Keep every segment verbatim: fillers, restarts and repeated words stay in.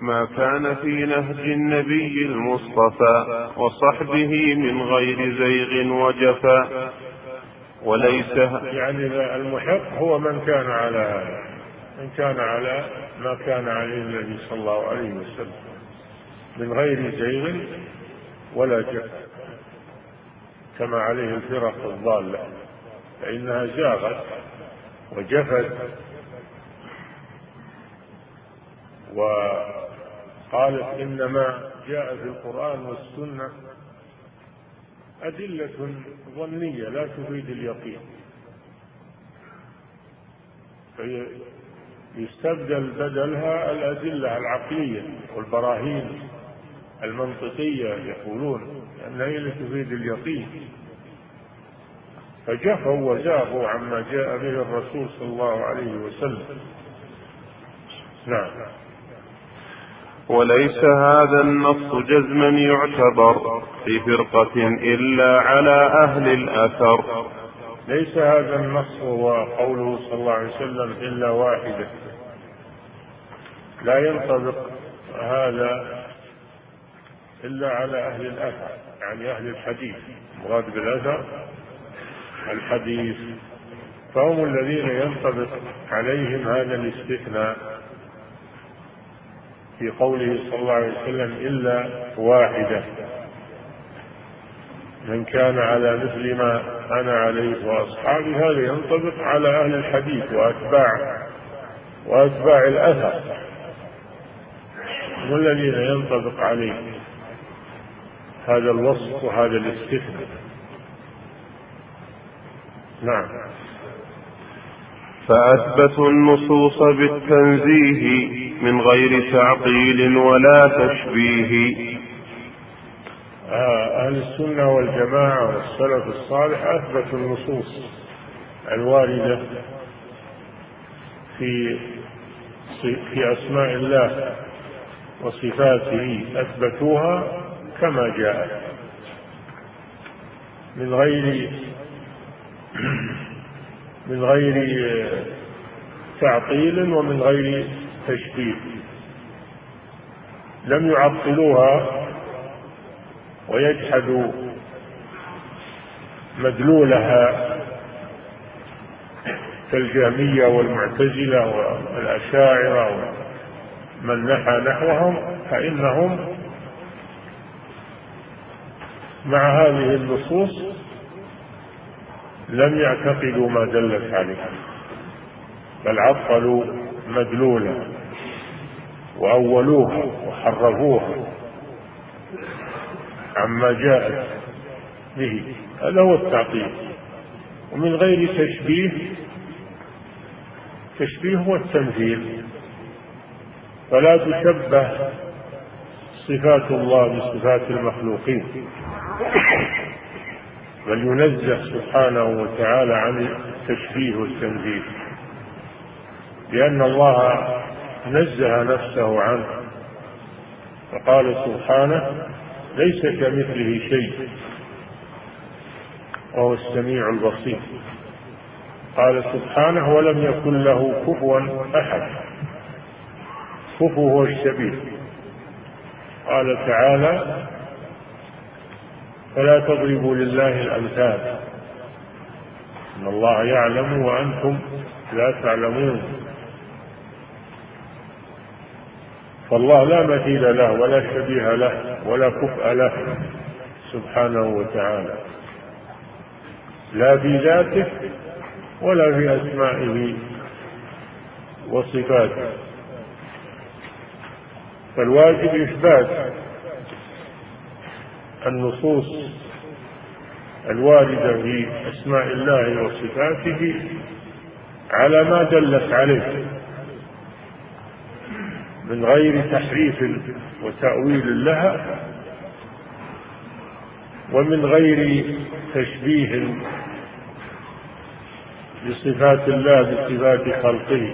ما كان في نهج النبي المصطفى وصحبه من غير زيغ وجفا. وليس يعني المحق هو من كان على هذا، من كان على ما كان عليه النبي صلى الله عليه وسلم من غير زيغ ولا جفا، كما عليه الفرق الضالة، فإنها زاغت وجفت وقالت إنما جاء في القرآن والسنة أدلة ظنية لا تفيد اليقين، فيستبدل بدلها الأدلة العقلية والبراهين المنطقية يقولون أنها هي اللي تفيد اليقين، فجفوا وزاغوا عما جاء به الرسول صلى الله عليه وسلم. نعم. وليس هذا النص جزما يعتبر في فرقة إلا على أهل الأثر. ليس هذا النص هو قوله صلى الله عليه وسلم إلا واحدة، لا ينطبق هذا إلا على أهل الأثر، يعني أهل الحديث، مراد بالأثر الحديث، فهم الذين ينطبق عليهم هذا الاستثناء في قوله صلى الله عليه وسلم إلا واحدة، من كان على مثل ما أنا عليه وأصحابي، هذا ينطبق على أهل الحديث وأتباع وأتباع الأثر، هم الذين ينطبق عليهم هذا الوصف وهذا الاستثناء. نعم. فأثبتوا النصوص بالتنزيه من غير تعطيل ولا تشبيه. أهل السنة والجماعة والسلف الصالح أثبتوا النصوص الواردة في في أسماء الله وصفاته، أثبتوها كما جاءت من غير من غير تعطيل ومن غير تشبيه، لم يعطلوها ويجحدوا مدلولها كالجهمية والمعتزلة والأشاعرة ومن نحى نحوهم، فإنهم مع هذه النصوص لم يعتقدوا ما دلت عليه، بل عطلوا مدلولها وأولوها وحرفوها عما جاءت به، هذا هو التعطيل. ومن غير تشبيه، تشبيه هو التمثيل، فلا تشبه صفات الله بصفات المخلوقين، بل ينزه سبحانه وتعالى عن التشبيه والتمثيل، لأن الله نزه نفسه عنه، فقال سبحانه ليس كمثله شيء وهو السميع البصير. قال سبحانه ولم يكن له كفوا أحد، كفو هو الشبيه. قال تعالى فلا تضربوا لله الأمثال إن الله يعلم وأنتم لا تعلمون. فالله لا مثيل له ولا شبيه له ولا كفء له سبحانه وتعالى، لا في ذاته ولا في أسمائه وصفاته، فالواجب إثبات النصوص الواردة في أسماء الله وصفاته على ما دلت عليه من غير تحريف وتأويل لها، ومن غير تشبيه بصفات الله بصفات خلقه.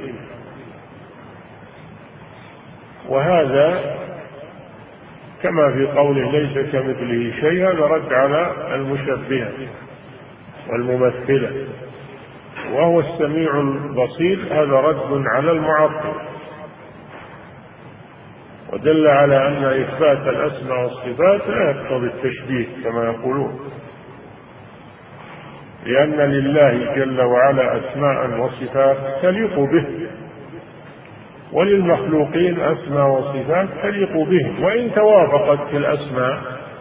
وهذا كما في قوله ليس كمثله شيء، هذا رد على المشبهة والممثلة، وهو السميع البصير هذا رد على المعطل. ودل على أن إثبات الأسماء والصفات لا يقتضي التشبيه كما يقولون، لأن لله جل وعلا أسماء وصفات تليق به، وللمخلوقين أسماء وصفات تليق بهم. وإن توافقت في الأسماء،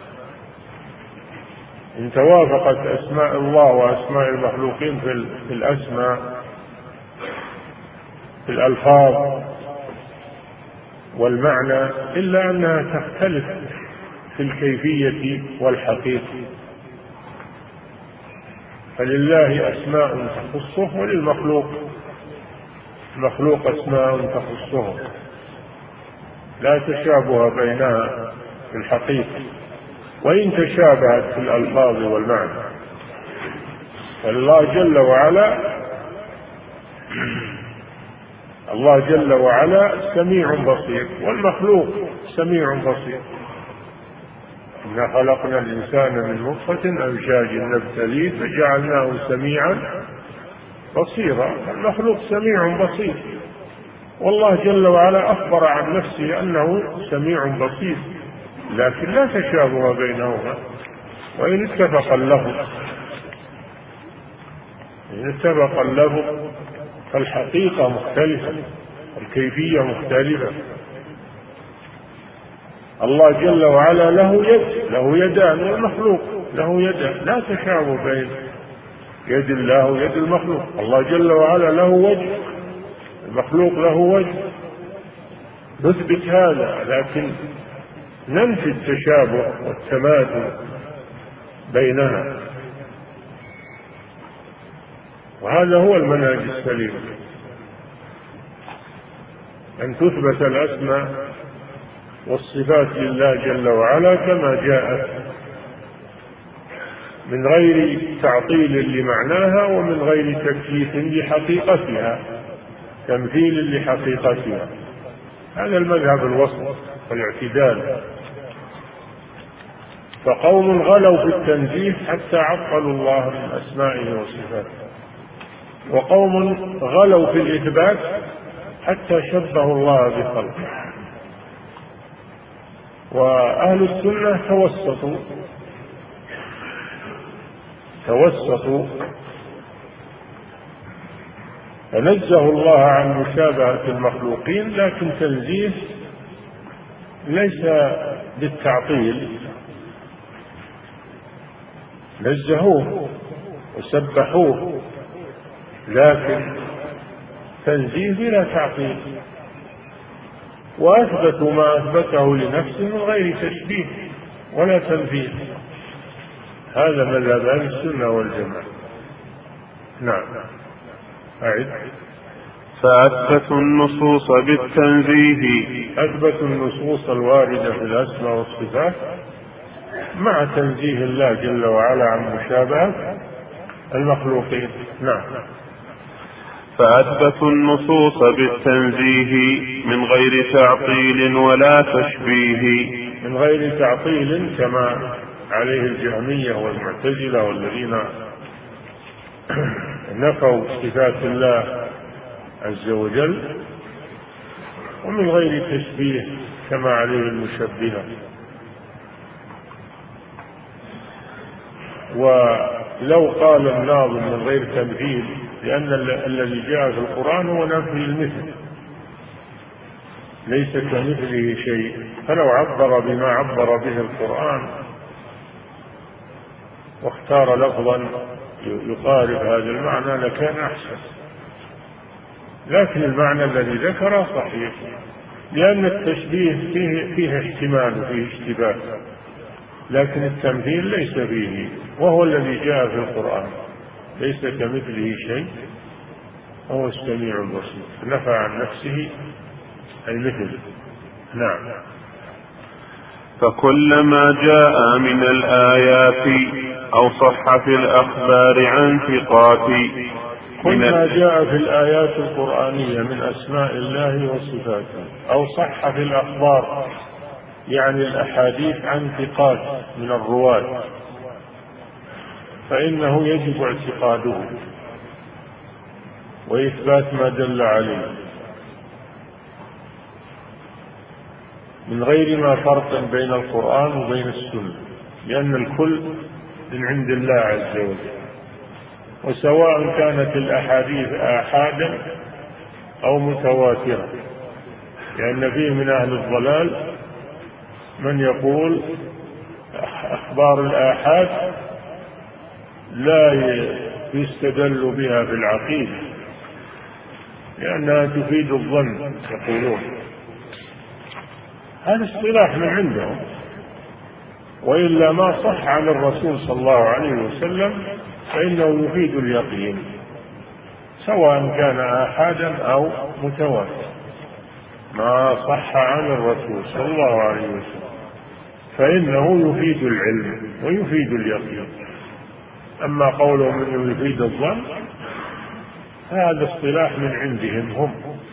إن توافقت أسماء الله وأسماء المخلوقين في الأسماء في الألفاظ والمعنى، إلا أنها تختلف في الكيفية والحقيقة. فلله أسماء تخصه، وللمخلوق مخلوق أسماء تخصه، لا تشابه بينها في الحقيقة، وإن تشابهت في الألفاظ والمعنى. فالله جل وعلا الله جل وعلا سميع بصير، والمخلوق سميع بصير. إنا خلقنا الإنسان من نطفة أمشاج نبتليه فجعلناه سميعا بصيرا. المخلوق سميع بصير، والله جل وعلا أخبر عن نفسه أنه سميع بصير، لكن لا تشابه بينهما. وإن اتفق اللفظ إن اتفق اللفظ فالحقيقة مختلفة، الكيفية مختلفة. الله جل وعلا له يد له يدان، والمخلوق له يدان، لا تشابه بين يد الله ويد المخلوق. الله جل وعلا له وجه، المخلوق له وجه، نثبت هذا، لكن ننفي التشابه والتماثل بينها. وهذا هو المنهج السليم، أن تثبت الأسماء والصفات لله جل وعلا كما جاءت، من غير تعطيل لمعناها ومن غير تكييف لحقيقتها، تمثيل لحقيقتها. هذا المذهب الوسط والاعتدال. فقوم غلوا في التنزيه حتى عطلوا الله من أسمائه وصفاته، وقوم غلوا في الإثبات حتى شبهوا الله بخلقه. وأهل السنة توسطوا توسطوا فنزهوا الله عن مشابهة المخلوقين، لكن تنزيه ليس بالتعطيل، نزهوه وسبحوه، لكن تنزيه بلا تعطيل، وأثبتوا ما أثبته لنفسه من غير تشبيه ولا تمثيل. هذا مذهب أهل السنة والجماعة. نعم. أعد. فأثبتوا النصوص بالتنزيه أثبتوا النصوص الواردة في الأسماء والصفات مع تنزيه الله جل وعلا عن مشابهة المخلوقين. نعم. فأثبتوا النصوص بالتنزيه من غير تعطيل ولا تشبيه من غير تعطيل كما عليه الجهمية والمعتزلة والذين نفوا صفات الله عز وجل، ومن غير تشبيه كما عليه المشبهة. ولو قال الناظم من غير تمثيل، لأن الذي جاء في القرآن هو نفي المثل، ليس كمثله شيء، فلو عبر بما عبر به القرآن واختار لفظا يقارب هذا المعنى لكان أحسن، لكن المعنى الذي ذكره صحيح، لأن التشبيه فيه, فيه احتمال وفيه اشتباه، لكن التمثيل ليس فيه، وهو الذي جاء في القرآن، ليس كمثله شيء وهو السميع البصير، نفى عن نفسه المثل. نعم. فكلما جاء من الآيات أو صح في الأخبار عن ثقات كل ما جاء في الآيات القرآنية من أسماء الله وصفاته أو صح في الأخبار، يعني الأحاديث عن ثقات من الرواة، فإنه يجب اعتقاده وإثبات ما دل عليه. من غير ما فرق بين القرآن وبين السنة، لأن الكل من عند الله عز وجل. وسواء كانت الأحاديث آحادا أو متواترة، لأن فيه من أهل الضلال من يقول أخبار الآحاد لا يستدل بها في العقيدة لأنها تفيد الظن، يقولون هذا اصطلاح من عندهم، وإلا ما صح عن الرسول صلى الله عليه وسلم فإنه يفيد اليقين سواء كان آحادا أو متواتر. ما صح عن الرسول صلى الله عليه وسلم فإنه يفيد العلم ويفيد اليقين. أما قولهم أنه يفيد الظن هذا اصطلاح من عندهم هم.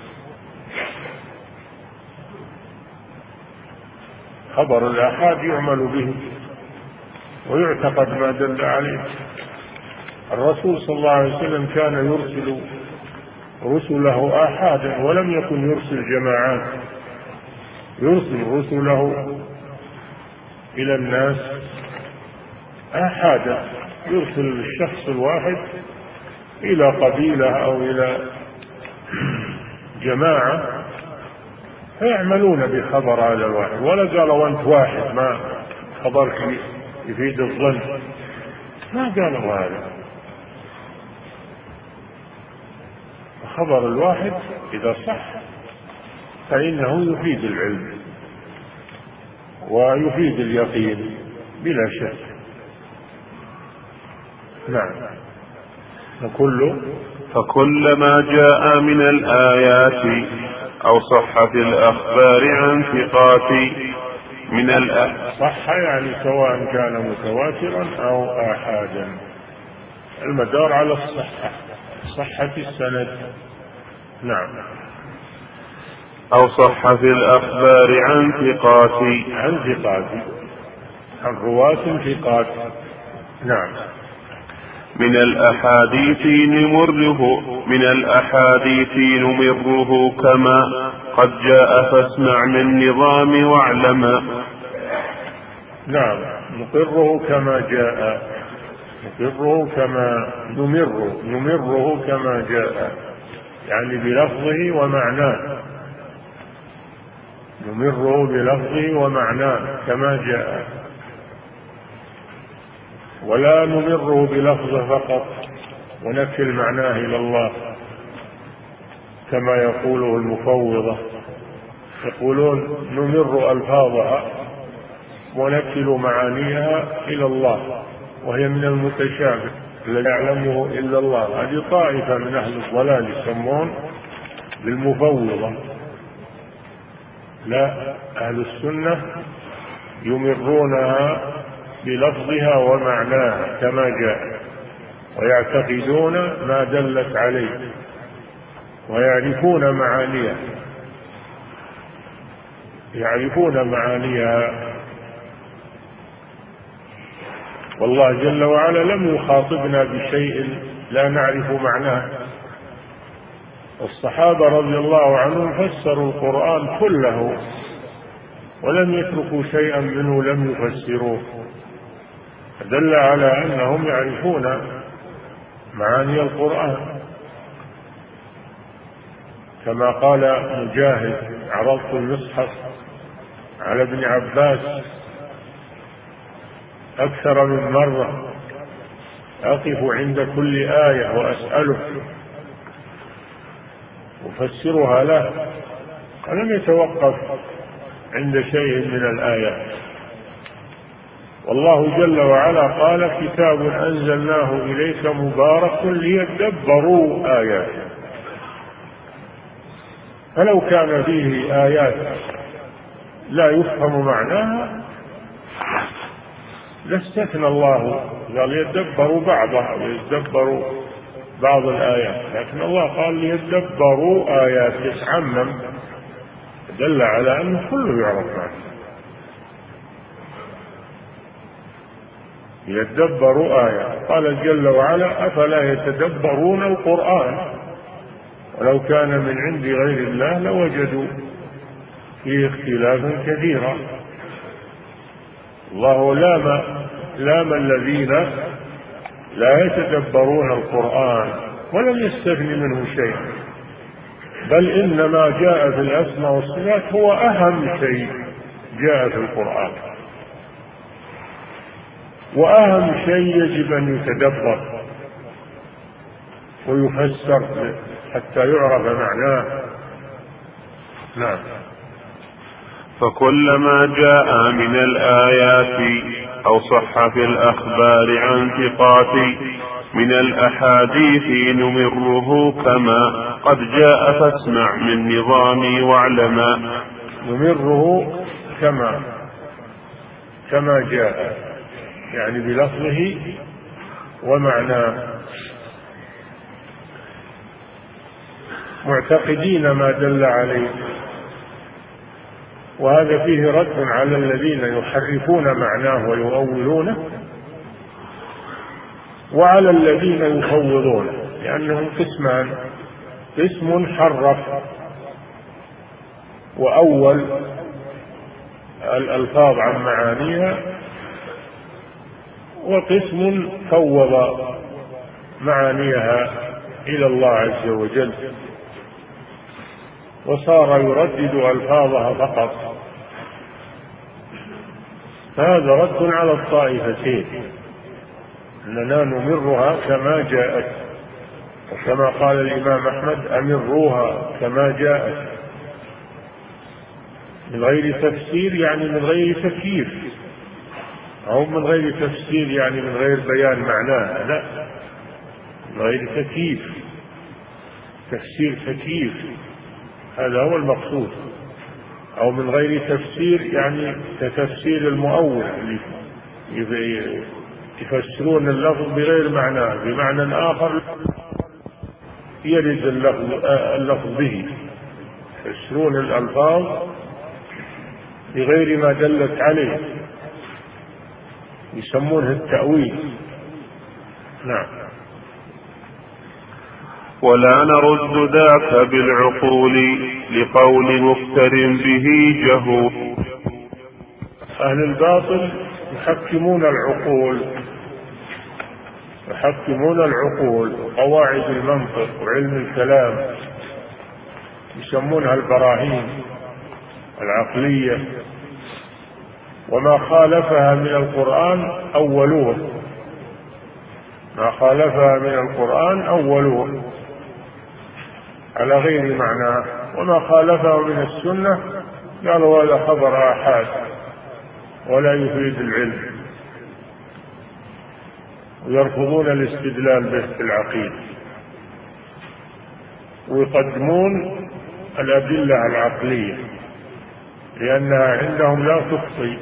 خبر الآحاد يعمل به ويعتقد ما دل عليه. الرسول صلى الله عليه وسلم كان يرسل رسله آحادا ولم يكن يرسل جماعات، يرسل رسله إلى الناس آحادا، يرسل الشخص الواحد إلى قبيلة أو إلى جماعة فيعملون بخبر هذا الواحد، ولا قالوا أنت واحد ما خبرك يفيد الظن، ما قالوا هذا. خبر الواحد إذا صح فإنه يفيد العلم ويفيد اليقين بلا شك. نعم. فكل فكلما جاء من الآيات أو صحت الأخبار عن ثقات من الأ صح يعني سواء كان متواترا أو آحادا، المدار على الصحة، صحة السند. نعم. أو صحت الأخبار عن ثقات عن ثقات عن رواة ثقات. نعم. من الأحاديث نمره من الأحاديث نمره كما قد جاء فاسمع من نظام واعلم. نعم. نقره كما جاء، نقره كما نمره نمره كما جاء، يعني بلفظه ومعناه، نمره بلفظه ومعناه كما جاء، ولا نمره بلفظه فقط ونكل معناه إلى الله كما يقوله المفوضة، يقولون نمر ألفاظها ونكل معانيها إلى الله وهي من المتشابه لا يعلمه إلا الله. هذه طائفة من أهل الضلال يسمون بالمفوضة. لا، أهل السنة يمرونها بلفظها ومعناها كما جاء، ويعتقدون ما دلت عليه ويعرفون معانيها، يعرفون معانيها. والله جل وعلا لم يخاطبنا بشيء لا نعرف معناه. الصحابة رضي الله عنهم فسروا القرآن كله ولم يتركوا شيئا منه لم يفسروه، دل على أنهم يعرفون معاني القرآن. كما قال مجاهد: عرضت المصحف على ابن عباس أكثر من مرة، أقف عند كل آية وأسأله أفسرها له، ولم يتوقف عند شيء من الآيات. والله جل وعلا قال: كتاب أنزلناه إليك مبارك ليدبروا آياته. فلو كان فيه آيات لا يفهم معناها لاستثنى الله، قال يدبروا بعضها ويدبروا بعض الآيات، لكن الله قال ليدبروا آيات، يتعمم، دل على أنه كله يعرف معنى. يدبروا آيات. قال جل وعلا: أفلا يتدبرون القرآن ولو كان من عند غير الله لوجدوا فيه اختلافا كثيرا. الله لام لام الذين لا يتدبرون القرآن ولم يستثن منه شيء، بل إنما جاء في الأسماء والصفات هو أهم شيء جاء في القرآن، وأهم شيء يجب أن يتدبر ويفسر حتى يعرف معناه. نعم. فكلما جاء من الآيات أو صح في الأخبار عن ثقات من الأحاديث نمره كما قد جاء فاسمع من نظامي واعلما. نمره كما كما جاء، يعني بلفظه ومعناه، معتقدين ما دل عليه. وهذا فيه رد على الذين يحرفون معناه ويؤولونه، وعلى الذين يفوضونه، لأنهم قسمان: قسم حرف وأول الألفاظ عن معانيها، وقسم فوض معانيها إلى الله عز وجل وصار يردد ألفاظها فقط. فهذا رد على الطائفتين، أننا نمرها كما جاءت، وكما قال الإمام أحمد: أمروها كما جاءت، من غير تفسير يعني من غير تكييف، أو من غير تفسير يعني من غير بيان معناها، لا، من غير تكييف، تفسير تكييف، هذا هو المقصود. أو من غير تفسير يعني كتفسير المؤول اللي يفسرون اللفظ بغير معناه بمعنى آخر يرد اللفظ, اللفظ به، يفسرون الألفاظ بغير ما دلت عليه، يسمونه التأويل. نعم. ولا نرد ذاك بالعقول لقول مفتر به جهول. أهل الباطل يحكمون العقول، يحكمون العقول وقواعد المنطق وعلم الكلام، يسمونها البراهين العقلية، وما خالفها من القرآن أولوه، ما خالفها من القرآن أولوه على غير معناه، وما خالفه من السنة قالوا هذا خبر آحاد ولا يفيد العلم، ويرفضون الاستدلال به في العقيدة، ويقدمون الأدلة العقلية لأنها عندهم لا تخطي،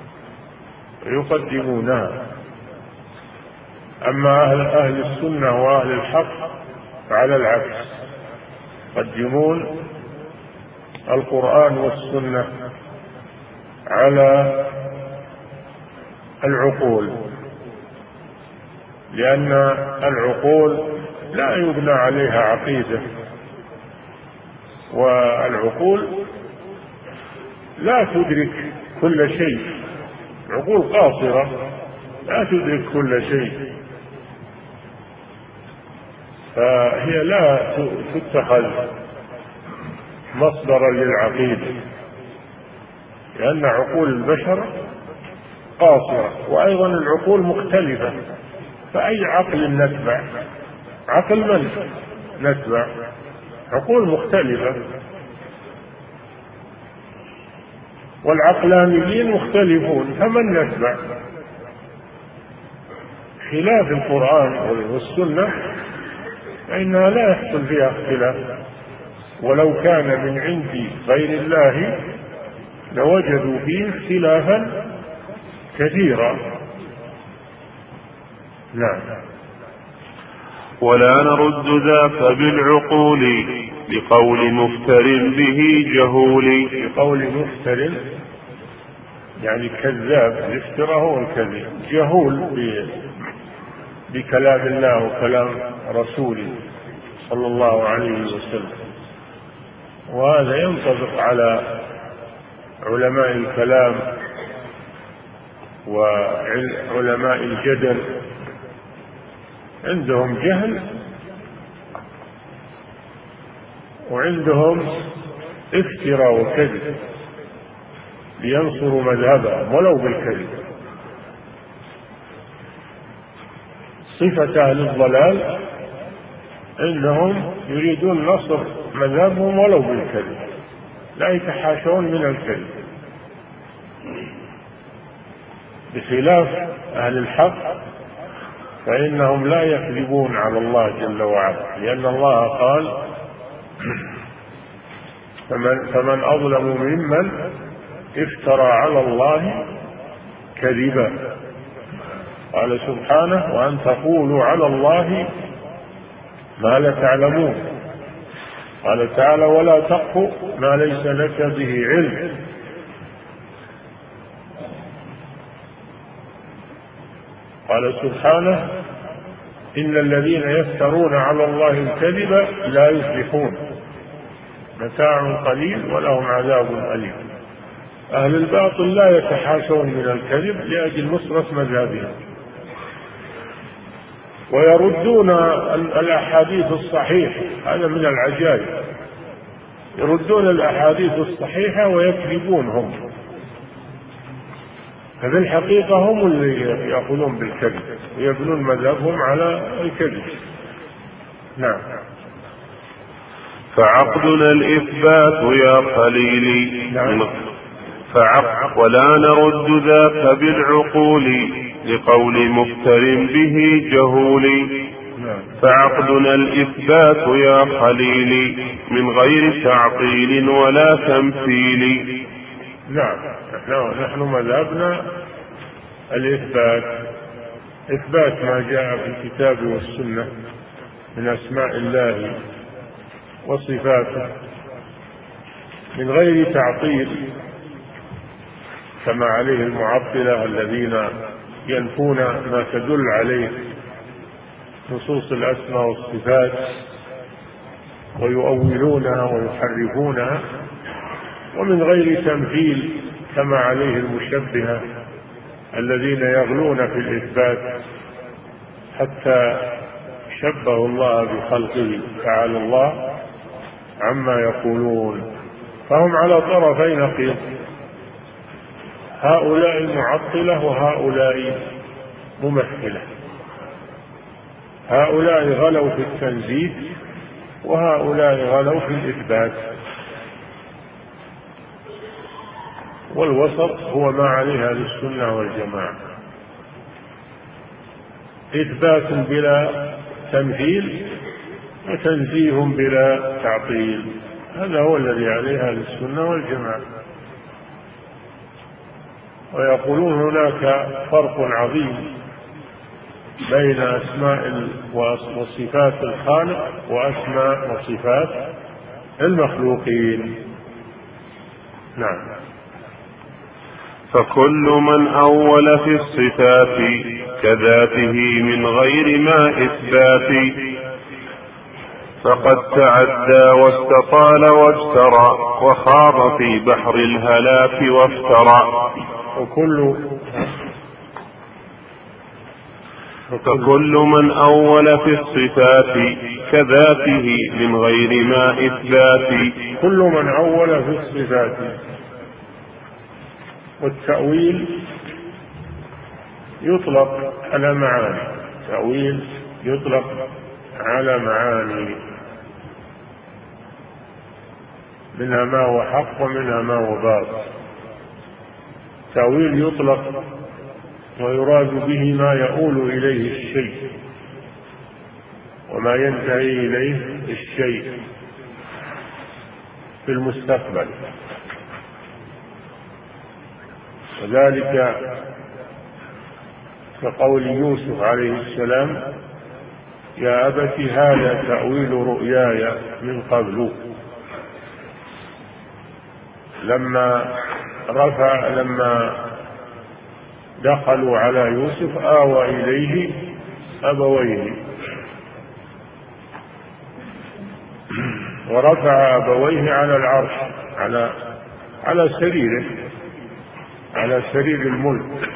ويقدمونها. أما أهل, أهل السنة وأهل الحق فعلى العكس، يقدمون القرآن والسنة على العقول، لأن العقول لا يبنى عليها عقيدة، والعقول لا تدرك كل شيء، عقول قاصرة لا تدرك كل شيء، فهي لا تتخذ مصدرا للعقيدة، لأن عقول البشر قاصرة، وأيضا العقول مختلفة، فأي عقل نتبع؟ عقل من نتبع؟ عقول مختلفة، والعقلانيين مختلفون، فمن نتبع؟ خلاف القرآن والسنة فإنها لا يحصل فيها اختلاف، ولو كان من عند غير الله لوجدوا فيه اختلافا كثيرا. نعم. ولا نرد ذاك بالعقول لقول مفتر به جهول. لقول مفتر يعني كذاب، الافتراء هو الكذب، جهول بكلام الله وكلام رسوله صلى الله عليه وسلم، وهذا ينطبق على علماء الكلام وعلماء الجدل عندهم جهل وعندهم افتراء وكذب لينصروا مذهبهم ولو بالكذب. صفة أهل الضلال إنهم يريدون نصر مذهبهم ولو بالكذب، لا يتحاشون من الكذب، بخلاف أهل الحق فإنهم لا يكذبون على الله جل وعلا، لأن الله قال فمن, فمن أظلم ممن افترى على الله كذبا. قال سبحانه وأن تقولوا على الله ما لا تعلمون. قال تعالى ولا تقف ما ليس لك به علم. قال سبحانه إن الذين يفترون على الله الكذب لا يفلحون متاع قليل ولهم عذاب أليم. أهل الباطل لا يتحاشون من الكذب لأجل نصرة مذهبهم، ويردون الأحاديث الصحيحة. هذا من العجائب، يردون الأحاديث الصحيحة ويكذبون هم، ففي الحقيقة هم اللي يأخذون بالكذب ويبنون مذهبهم على الكذب. نعم. فعقدنا الإثبات يا خليلي. نعم. فعقد ولا نرد ذاك بالعقول لقول مفتر به جهول. فعقدنا الإثبات يا خليلي من غير تعطيل ولا تمثيل. نعم. نحن مذهبنا الإثبات، إثبات ما جاء في الكتاب والسنة من أسماء الله وصفاته من غير تعطيل كما عليه المعطلة الذين ينفون ما تدل عليه نصوص الأسماء والصفات ويؤولونها ويحرفونها، ومن غير تمثيل كما عليه المشبهة الذين يغلون في الإثبات حتى شبهوا الله بخلقه تعالى الله عما يقولون. فهم على طرفي نقيض، هؤلاء معطلة وهؤلاء ممثلة، هؤلاء غلوا في التنزيه وهؤلاء غلوا في الإثبات، والوسط هو ما عليه أهل السنة والجماعة، إثبات بلا تمثيل وتنزيه بلا تعطيل، هذا هو الذي عليه أهل السنة والجماعة. ويقولون هناك فرق عظيم بين أسماء وصفات الخالق وأسماء وصفات المخلوقين. نعم. فكل من أول في الصفات كذاته من غير ما إثبات فقد تعدى واستطال واجترى وخاض في بحر الهلاك وافترى. وكل فكل من أول في الصفات كذاته من غير ما إثبات. كل من أول في الصفات، والتأويل يطلق على معاني، التأويل يطلق على معاني، منها ما هو حق ومنها ما هو باطل. التأويل يطلق ويراد به ما يؤول إليه الشيء وما ينتهي إليه الشيء في المستقبل، وذلك كقول يوسف عليه السلام يا أبت هذا تأويل رؤياي من قبل، لما رفع لما دخلوا على يوسف آوى إليه أبويه ورفع أبويه على العرش على على سريره، على سرير الملك،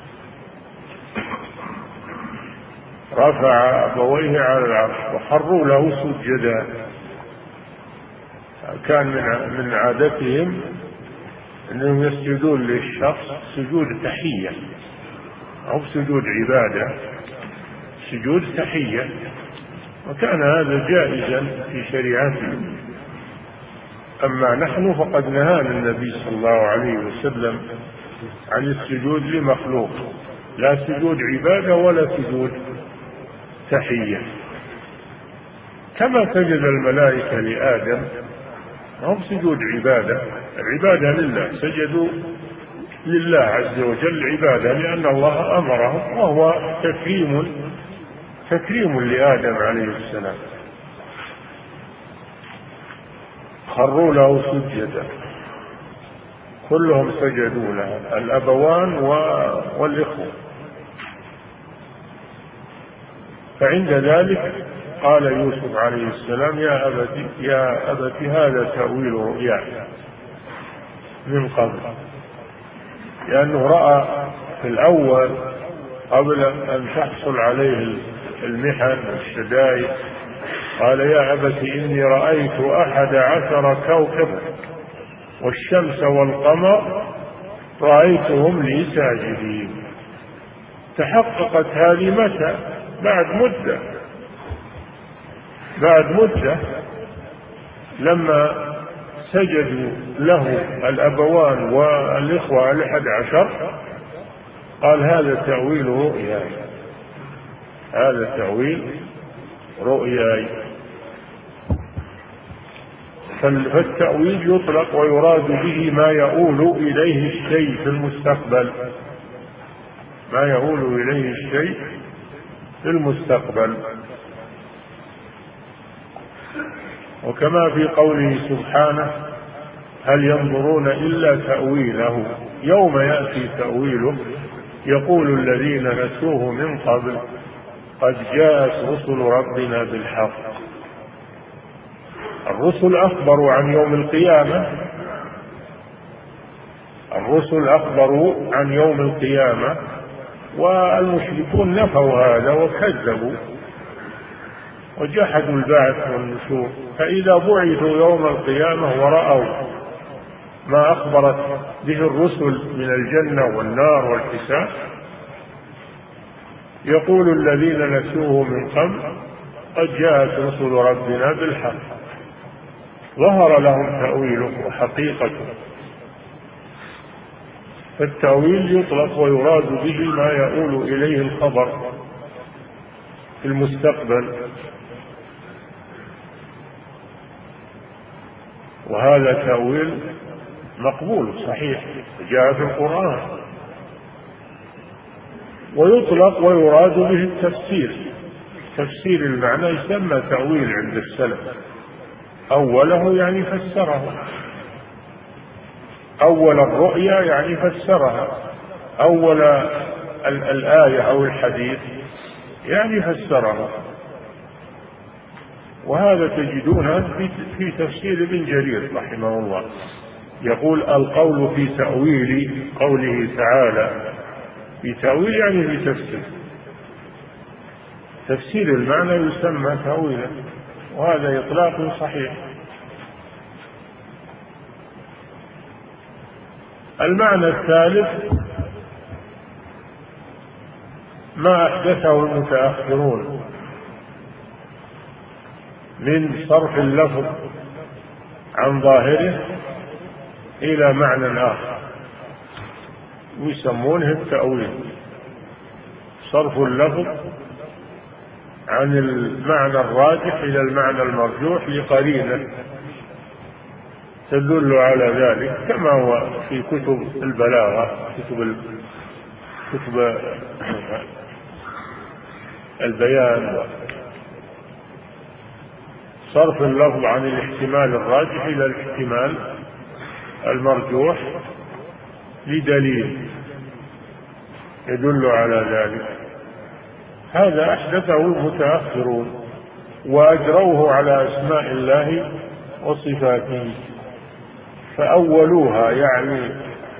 رفع أبويه على العرش وخروا له سجدا. كان من من عادتهم أنهم يسجدون للشخص سجود تحية، أو سجود عبادة، سجود تحية، وكان هذا جائزا في شريعتهم. أما نحن فقد نهانا النبي صلى الله عليه وسلم عن السجود لمخلوق، لا سجود عبادة ولا سجود تحية. كما سجد الملائكة لآدم، هم سجود عبادة، العبادة لله، سجدوا لله عز وجل عبادة لأن الله أمرهم، وهو تكريم تكريم لآدم عليه السلام. خروا له سجدا، كلهم سجدوا له، الأبوان والإخوة. فعند ذلك قال يوسف عليه السلام: يا أبت يا أبت هذا تأويل رؤياي من قبل، لأنه رأى في الأول قبل أن تحصل عليه المحن والشدائد، قال: يا أبت إني رأيت أحد عشر كوكبا والشمس والقمر رأيتهم لي ساجدين. تحققت هذه متى؟ بعد مدة، بعد مدة لما سجدوا له الأبوان والإخوة الأحد عشر، قال: هذا تأويل رؤياي، هذا تأويل رؤياي. فالتأويل يطلق ويراد به ما يؤول إليه الشيء في المستقبل، ما يؤول إليه الشيء في المستقبل. وكما في قوله سبحانه: هل ينظرون إلا تأويله يوم يأتي تأويله يقول الذين نسوه من قبل قد جاءت رسل ربنا بالحق. الرسل أخبروا عن يوم القيامة، الرسل أخبروا عن يوم القيامة، والمشركون نفوا هذا وكذبوا وجحدوا البعث والنشور. فإذا بعثوا يوم القيامة ورأوا ما أخبرت به الرسل من الجنة والنار والحساب، يقول الذين نسوه من قبل قد جاءت رسل ربنا بالحق، ظهر لهم تأويله وحقيقته. فالتأويل يطلق ويراد به ما يؤول إليه الخبر في المستقبل، وهذا تأويل مقبول صحيح جاء في القرآن. ويطلق ويراد به التفسير، تفسير المعنى يسمى تأويل عند السلف. أوله يعني فسره، أول الرؤيا يعني فسرها، أول الآية أو الحديث يعني فسرها. وهذا تجدونه في تفسير ابن جرير رحمه الله، يقول: القول في تأويل قوله تعالى، في تأويل يعني في تفسير، تفسير المعنى يسمى تأويلا، وهذا إطلاق صحيح. المعنى الثالث ما أحدثه المتأخرون من صرف اللفظ عن ظاهره إلى معنى آخر، يسمونه التأويل، صرف اللفظ عن المعنى الراجح إلى المعنى المرجوح لقرينة تدل على ذلك، كما هو في كتب البلاغة، كتب كتب البيان. صرف اللفظ عن الاحتمال الراجح إلى الاحتمال المرجوح لدليل يدل على ذلك، هذا أحدثه المتأخرون وأجروه على أسماء الله وصفاته. فأولوها يعني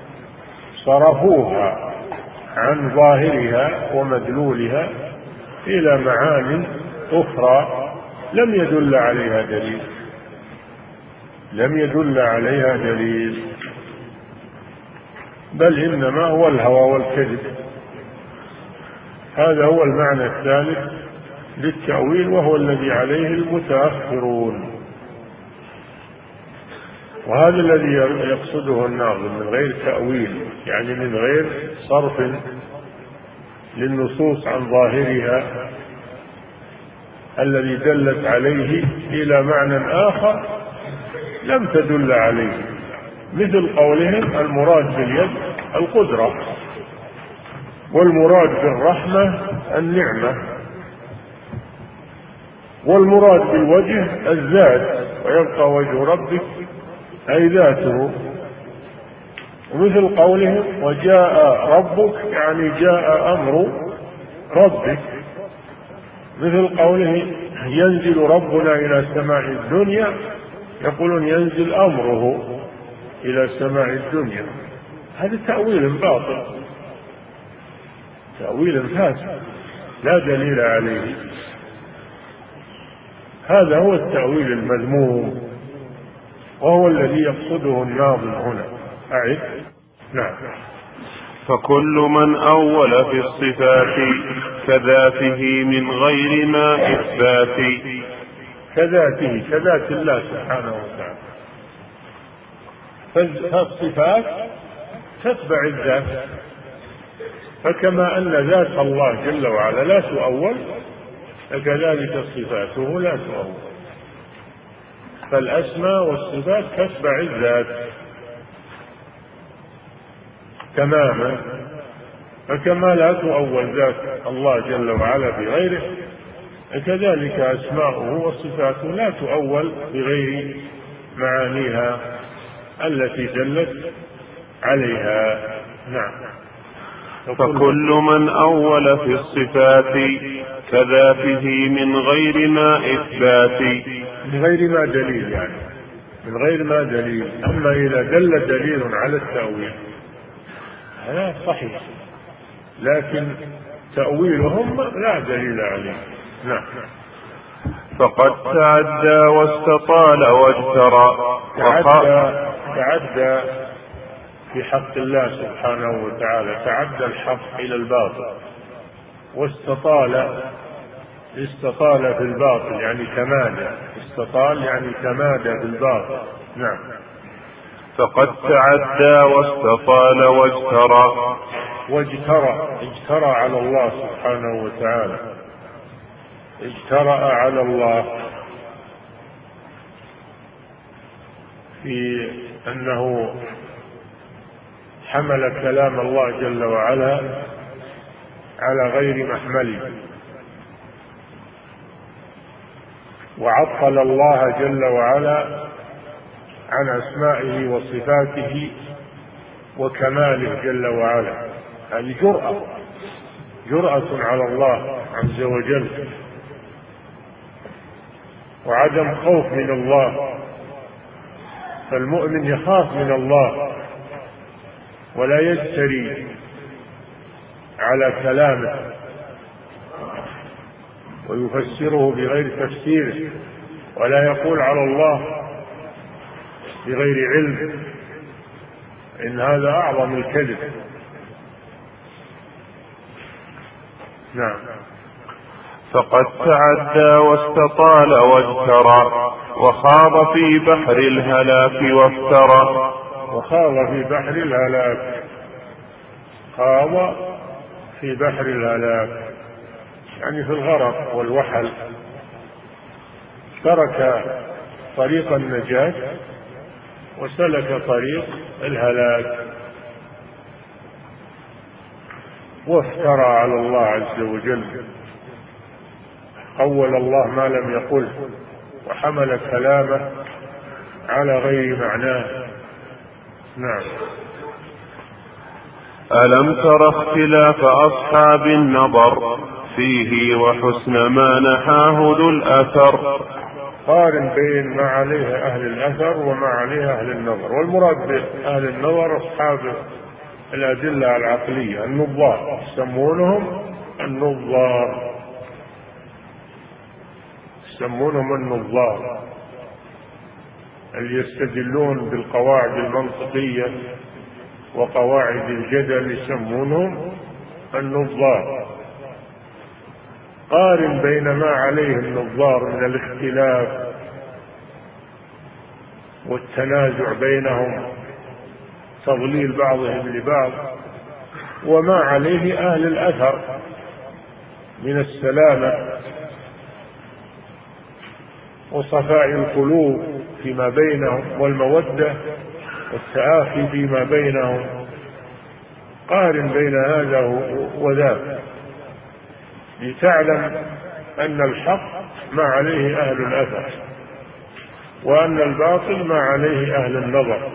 صرفوها عن ظاهرها ومدلولها إلى معان أخرى لم يدل عليها دليل لم يدل عليها دليل بل إنما هو الهوى والكذب. هذا هو المعنى الثالث للتأويل، وهو الذي عليه المتأخرون، وهذا الذي يقصده الناظم من غير تأويل، يعني من غير صرف للنصوص عن ظاهرها الذي دلت عليه إلى معنى آخر لم تدل عليه، مثل قولهم المراد باليد القدرة، والمراد بالرحمة النعمة، والمراد بالوجه الذات، ويبقى وجه ربك أي ذاته. ومثل قولهم وجاء ربك يعني جاء أمر ربك، مثل قوله ينزل ربنا إلى سماء الدنيا، يقولون ينزل أمره إلى سماء الدنيا. هذا تأويل باطل، تأويل فاسد لا دليل عليه. هذا هو التأويل المذموم، وهو الذي يقصده الناظم هنا. أعد. نعم. فكل من أول في الصفات كذاته من غير ما إثبات. كذاته كذات الله سبحانه وتعالى، فالصفات تتبع الذات، فكما أن ذات الله جل وعلا لا تؤول فكذلك صفاته لا تؤول، فالأسماء والصفات تتبع الذات تماما، فكما لا تؤول ذات الله جل وعلا بغيره كذلك أسماؤه وصفاته لا تؤول بغير معانيها التي دلت عليها. نعم. فكل من أول في الصفات كذاته من غير ما إثبات. من غير ما دليل، يعني من غير ما دليل. أما إذا دل دليل على التأويل هذا صحيح، لكن تأويلهم لا دليل عليه. نعم. فقد تعدى واستطال واجترى. تعدى, تعدى في حق الله سبحانه وتعالى، تعدى الحق إلى الباطل، واستطال استطال في الباطل يعني تمادى، استطال يعني تمادى في الباطل. نعم. فقد تعدى واستطال واجترى. واجترى اجترى على الله سبحانه وتعالى، اجترأ على الله في أنه حمل كلام الله جل وعلا على غير محمله، وعطل الله جل وعلا عن أسمائه وصفاته وكماله جل وعلا. هذه جرأة جرأة على الله عز وجل، وعدم خوف من الله. فالمؤمن يخاف من الله ولا يجتري على كلامه ويفسره بغير تفسيره، ولا يقول على الله بغير علم، إن هذا أعظم الكذب. نعم. فقد تعدى واستطال واجترى وخاض في بحر الهلاك وافترى. وخاض في بحر الهلاك، خاض في بحر الهلاك يعني في الغرق والوحل، ترك طريق النجاة وسلك طريق الهلاك، وافترى على الله عز وجل، قول الله ما لم يقل، وحمل كلامه على غير معناه. نعم. ألم تر اختلاف أصحاب النظر فيه وحسن ما نحاه ذو الأثر. قارن بين ما عليه أهل الأثر وما عليه أهل النظر. والمراد بأهل النظر أصحاب الأدلة العقلية النظار، يسمونهم النظار، يسمونهم النظار اللي يستدلون بالقواعد المنطقية وقواعد الجدل، يسمونهم النظار. قارن بين ما عليه النظار من الاختلاف والتنازع بينهم، تضليل بعضهم لبعض، وما عليه أهل الأثر من السلامة وصفاء القلوب فيما بينهم والمودة والتآخي فيما بينهم. قارن بين هذا وذاك لتعلم أن الحق ما عليه أهل الأثر، وأن الباطل ما عليه أهل النظر.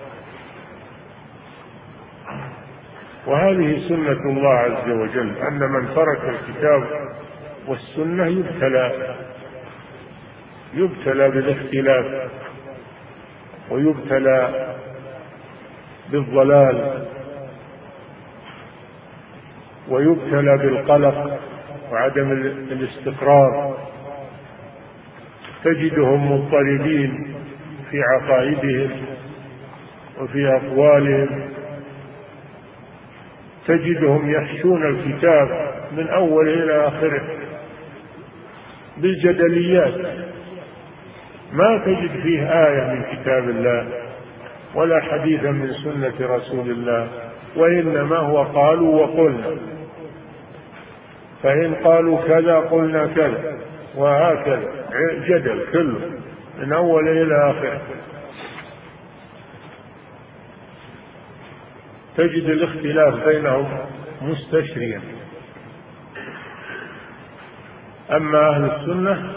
وهذه سنة الله عز وجل، أن من ترك الكتاب والسنة يبتلى يبتلى بالاختلاف، ويبتلى بالضلال، ويبتلى بالقلق وعدم الاستقرار. تجدهم مضطربين في عقائدهم وفي أقوالهم، تجدهم يحشون الكتاب من أوله إلى آخره بالجدليات، ما تجد فيه آية من كتاب الله ولا حديثا من سنة رسول الله، وإنما هو قالوا وقلنا، فإن قالوا كذا قلنا كذا، وهكذا جدل كله من أول إلى آخر. تجد الاختلاف بينهم مستشريا. أما أهل السنة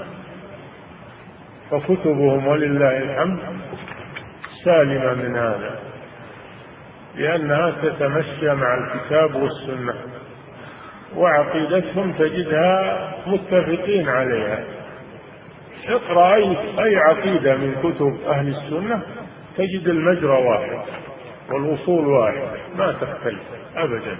فكتبهم ولله الحمد سالمة من هذا، لأنها تتمشى مع الكتاب والسنة، وعقيدتهم تجدها متفقين عليها. اقرأ أي, أي عقيدة من كتب أهل السنة تجد المجرى واحد والوصول واحد، ما تختلف أبدا.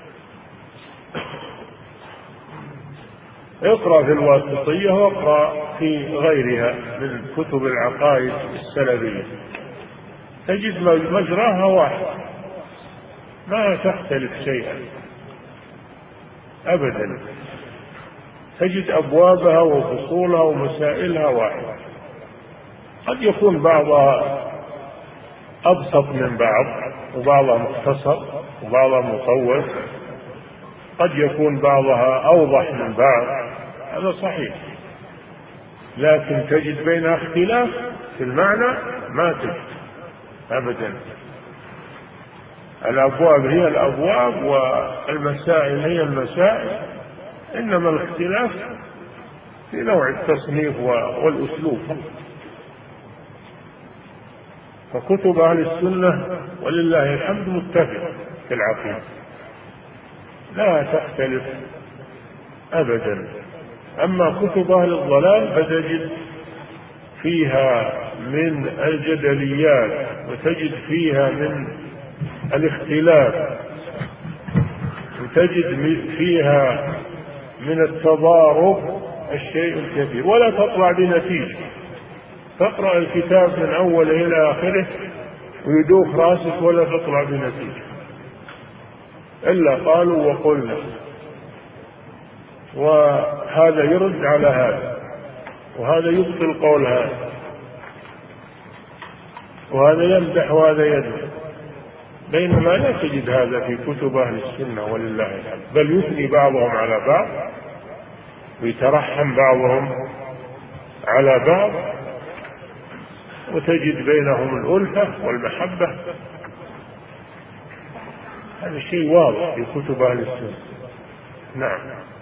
اقرأ في الواسطية واقرأ في غيرها من كتب العقائد السلفية تجد مجراها واحد، ما تختلف شيئا أبدا. تجد أبوابها وفصولها ومسائلها واحدة. قد يكون بعضها أبسط من بعض، وبعضها مختصر، وبعضها مطول، قد يكون بعضها أوضح من بعض، هذا صحيح، لكن تجد بينها اختلاف في المعنى ما تجد أبدا. الأبواب هي الأبواب والمسائل هي المسائل، إنما الاختلاف في نوع التصنيف والأسلوب. فكتب أهل السنة ولله الحمد متفق في العقيدة، لا تختلف أبدا. أما كتب أهل الضلال فتجد فيها من الجدليات، وتجد فيها من الاختلاف، وتجد فيها من التضارب الشيء الكثير، ولا تطلع بنتيجة. تقرأ الكتاب من أول إلى آخره ويدوخ راسك ولا تطلع بنتيجة، إلا قالوا وقلنا، وهذا يرد على هذا، وهذا يبطل قول هذا، وهذا يمدح وهذا يذم، بينما لا تجد هذا في كتب أهل السنة ولله الحمد، بل يثني بعضهم على بعض ويترحم بعضهم على بعض، وتجد بينهم الألفة والمحبة. هذا شيء واضح في كتب أهل السنة. نعم،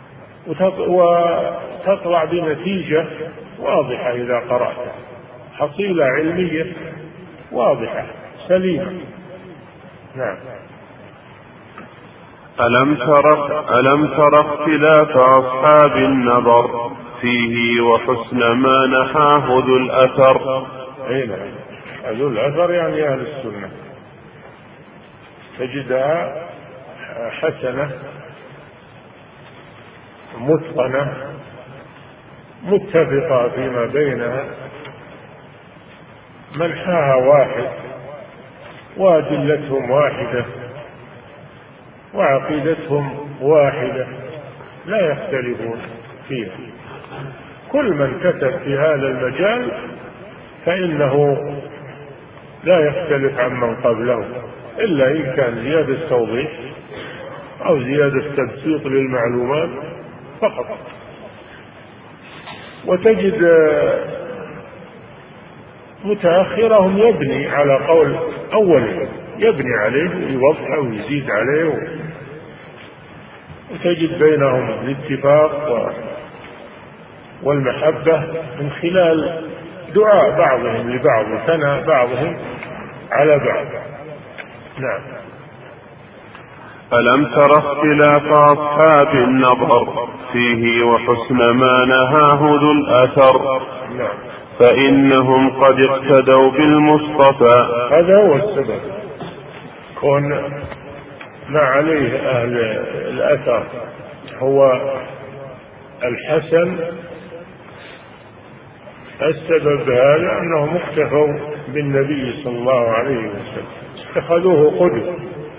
وتطلع بنتيجة واضحة إذا قرأت، حصيلة علمية واضحة سليمة. نعم. ألم تر ألم تر اختلاف أصحاب النظر فيه وحسن ما نحاه ذو الأثر. أي نعم، ذو الأثر يعني أهل السنة، تجدها حسنة متقنة متفقة فيما بينها، منحاها واحد وأدلتهم واحدة وعقيدتهم واحدة لا يختلفون فيها. كل من كتب في هذا المجال فإنه لا يختلف عن من قبله، إلا إن كان زيادة توضيح أو زيادة تبسيط للمعلومات فقط. وتجد متأخرهم يبني على قول أولهم، يبني عليه ويوضح ويزيد عليه، وتجد بينهم الاتفاق والمحبة من خلال دعاء بعضهم لبعض وثناء بعضهم على بعض. نعم. ألم تر اختلاف أصحاب النظر فيه وحسن ما نهاه ذو الأثر. نعم. فإنهم قد اقتدوا بالمصطفى. هذا هو السبب، كون ما عليه أهل الأثر هو الحسن، السبب هذا أنهم اقتفوا بالنبي صلى الله عليه وسلم، اتخذوه قدوة،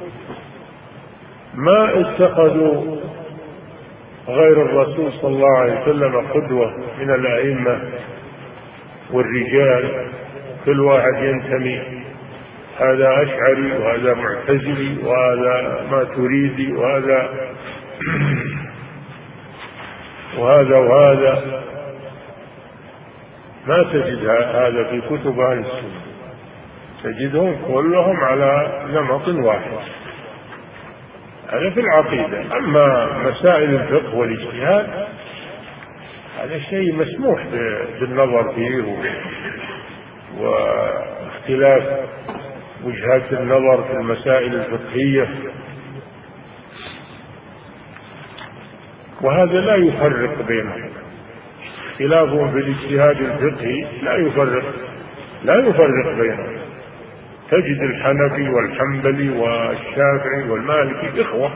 ما اتخذوا غير الرسول صلى الله عليه وسلم قدوة من الأئمة والرجال. كل واحد ينتمي، هذا أشعري وهذا معتزلي وهذا ماتريدي وهذا وهذا وهذا، ما تجد هذا في كتب أهل السنة، تجدهم كلهم على نمط واحد. هذا في العقيدة. أما مسائل الفقه والاجتهاد هذا شيء مسموح بالنظر فيه واختلاف وجهات النظر في المسائل الفقهية، وهذا لا يفرق بينهم. اختلافهم في الاجتهاد الفقهي لا يفرق لا يفرق بينهم. تجد الحنفي والحنبلي والشافعي والمالكي إخوة،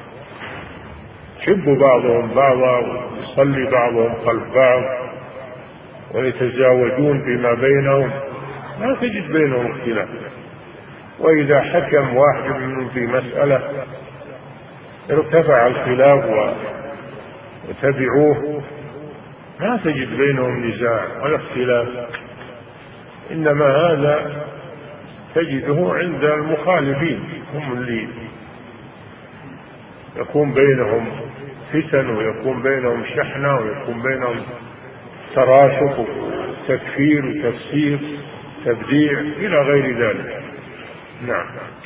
يحب بعضهم بعضا ويصلي بعضهم خلف بعض ويتزاوجون فيما بينهم، ما تجد بينهم اختلاف. وإذا حكم واحد منهم في مسألة ارتفع الخلاف وتبعوه، ما تجد بينهم نزاع ولا اختلاف. إنما هذا تجده عند المخالفين، هم اللي يكون بينهم فتن ويكون بينهم شحنة ويكون بينهم تراشق وتكفير وتفسير تبديع إلى غير ذلك. نعم.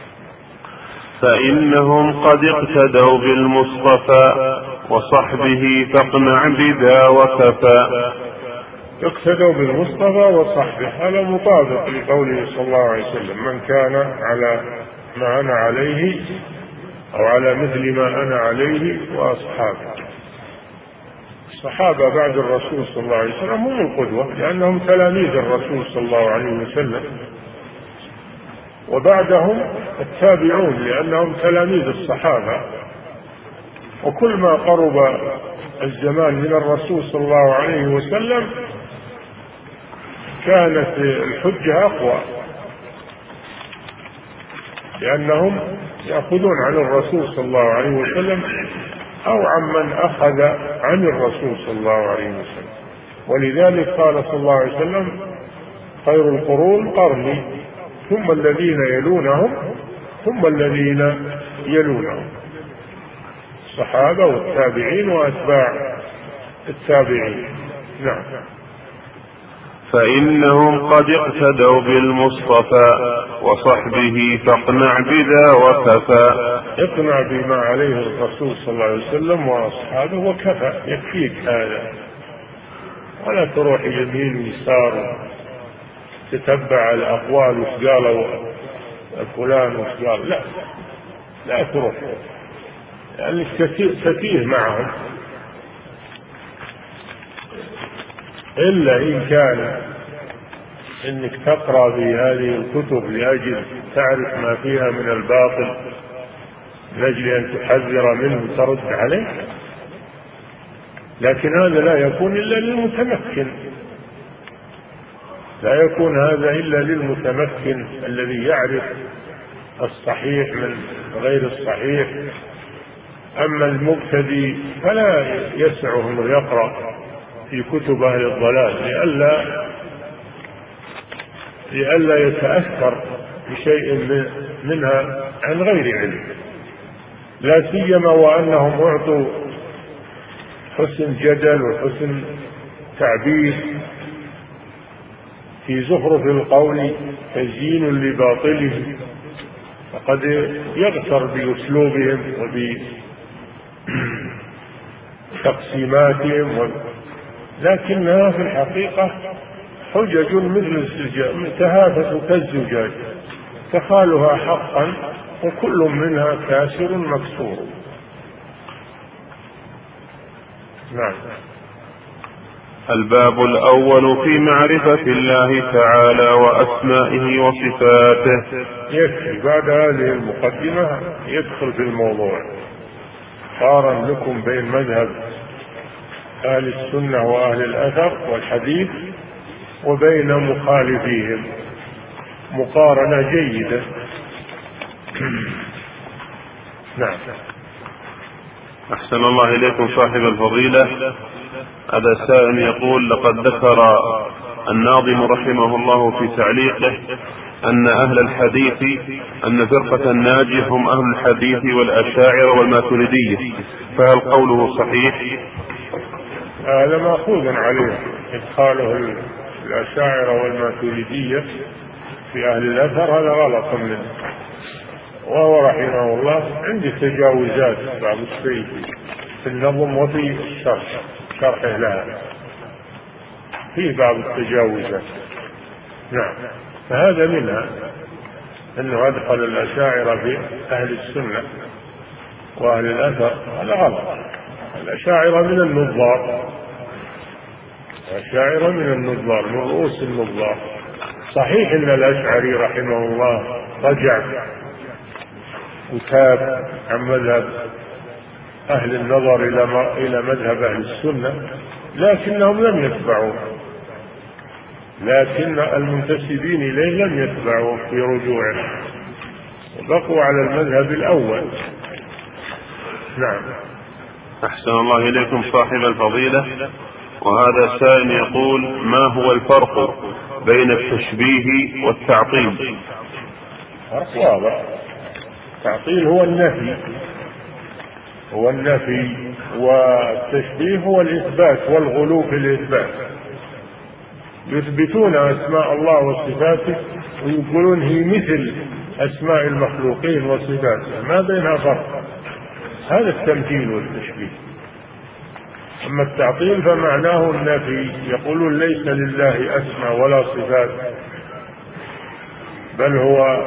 فإنهم قد اقتدوا بالمصطفى وصحبه فاقنع بذا وكفى. اقتدوا بالمصطفى وصحبه، هذا مطابق لقوله صلى الله عليه وسلم: من كان على ما أنا عليه أو على مثل ما أنا عليه وأصحابه. الصحابة بعد الرسول صلى الله عليه وسلم هم القدوة، لأنهم تلاميذ الرسول صلى الله عليه وسلم، وبعدهم التابعون لأنهم تلاميذ الصحابة. وكل ما قرب الزمان من الرسول صلى الله عليه وسلم كانت الحجة أقوى، لأنهم يأخذون عن الرسول صلى الله عليه وسلم أو عمن أخذ عن الرسول صلى الله عليه وسلم. ولذلك قال صلى الله عليه وسلم: خير القرون قرني ثم الذين يلونهم ثم الذين يلونهم، الصحابة والتابعين وأتباع التابعين. نعم. فإنهم قد اقتدوا بالمصطفى وصحبه فاقنع بذا وكفى. اقنع بما عليه الرسول صلى الله عليه وسلم وأصحابه وكفى، يكفيك هذا، ولا تروح يمين ويسار تتبع الأقوال وش قالوا فلان وش قال. لا لا تروح، لأنك تتيه معهم. إلا إن كان إنك تقرأ في هذه الكتب لأجل تعرف ما فيها من الباطل لأجل أن تحذر منه وترد عليه، لكن هذا لا يكون إلا للمتمكن، لا يكون هذا إلا للمتمكن الذي يعرف الصحيح من غير الصحيح. أما المبتدئ فلا يسعه أنه يقرأ في كتب أهل الضلال لئلا لئلا يتأثر بشيء منها عن غير علم، لا سيما وأنهم أعطوا حسن جدل وحسن تعبير في زخرف القول تزيين لباطله، فقد يغتر بأسلوبهم وبتقسيماتهم و... لكنها في الحقيقة حجج مثل الزجاج تهافت كالزجاج تخالها حقا وكل منها كاسر مكسور. نعم. الباب الأول في معرفة الله تعالى وأسمائه وصفاته. يكفي بعد هذه المقدمة يدخل في الموضوع، قارن لكم بين مذهب أهل السنة وأهل الأثر والحديث وبين مخالفيهم مقارنة جيدة. نعم. أحسن الله إليكم صاحب الفضيلة. هذا سائل يقول: لقد ذكر الناظم رحمه الله في تعليقه أن أهل الحديث أن فرقة الناجية هم أهل الحديث والأشاعرة والماتريدية، فهل قوله صحيح؟ هذا مأخوذ عليه إدخاله الأشاعرة والماتريدية في أهل الأثر، هذا غلط منه، وهو رحمه الله عنده تجاوزات بعض الشيء في النظم وفي الشرح شرحه لها في بعض التجاوزات. نعم. فهذا منها أنه أدخل الأشاعرة في أهل السنة وأهل الأثر، هذا غلط. الأشاعرة من النظار، الأشاعرة من النظار من رؤوس النظار. صحيح أن الأشعري رحمه الله رجع وتاب عن مذهب أهل النظر إلى مذهب أهل السنة، لكنهم لم يتبعوا، لكن المنتسبين إليه لم يتبعوا في رجوعه وبقوا على المذهب الأول. نعم. أحسن الله إليكم صاحب الفضيلة. وهذا سائل يقول: ما هو الفرق بين التشبيه والتعطيل؟ فرق واضح. التعطيل هو النفي هو النفي والتشبيه هو الإثبات والغلو في الإثبات. يثبتون أسماء الله وصفاته ويقولون هي مثل أسماء المخلوقين وصفاته، ما بينها فرق. هذا التمثيل والتشبيه. أما التعطيل فمعناه النفي، يقولون ليس لله أسماء ولا صفات، بل هو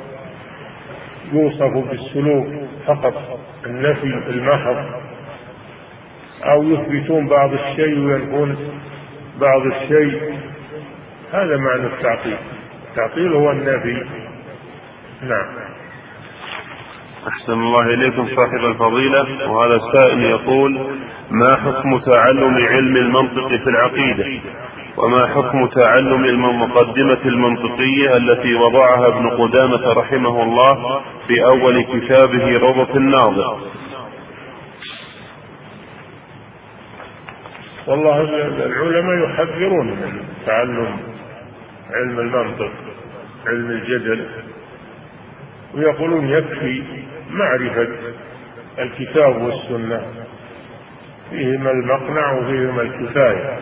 يوصف بالسلوك فقط، النفي المحض، أو يثبتون بعض الشيء وينفون بعض الشيء. هذا معنى التعطيل. التعطيل هو النفي. نعم. أحسن الله إليكم صاحب الفضيلة. وهذا السائل يقول: ما حكم تعلم علم المنطق في العقيدة؟ وما حكم تعلم المقدمة المنطقية التي وضعها ابن قدامة رحمه الله في أول كتابه روضة الناظر؟ والله العلماء يحذرون من تعلم علم المنطق، علم الجدل، ويقولون يكفي معرفة الكتاب والسنة، فيهما المقنع وفيهما الكفاية.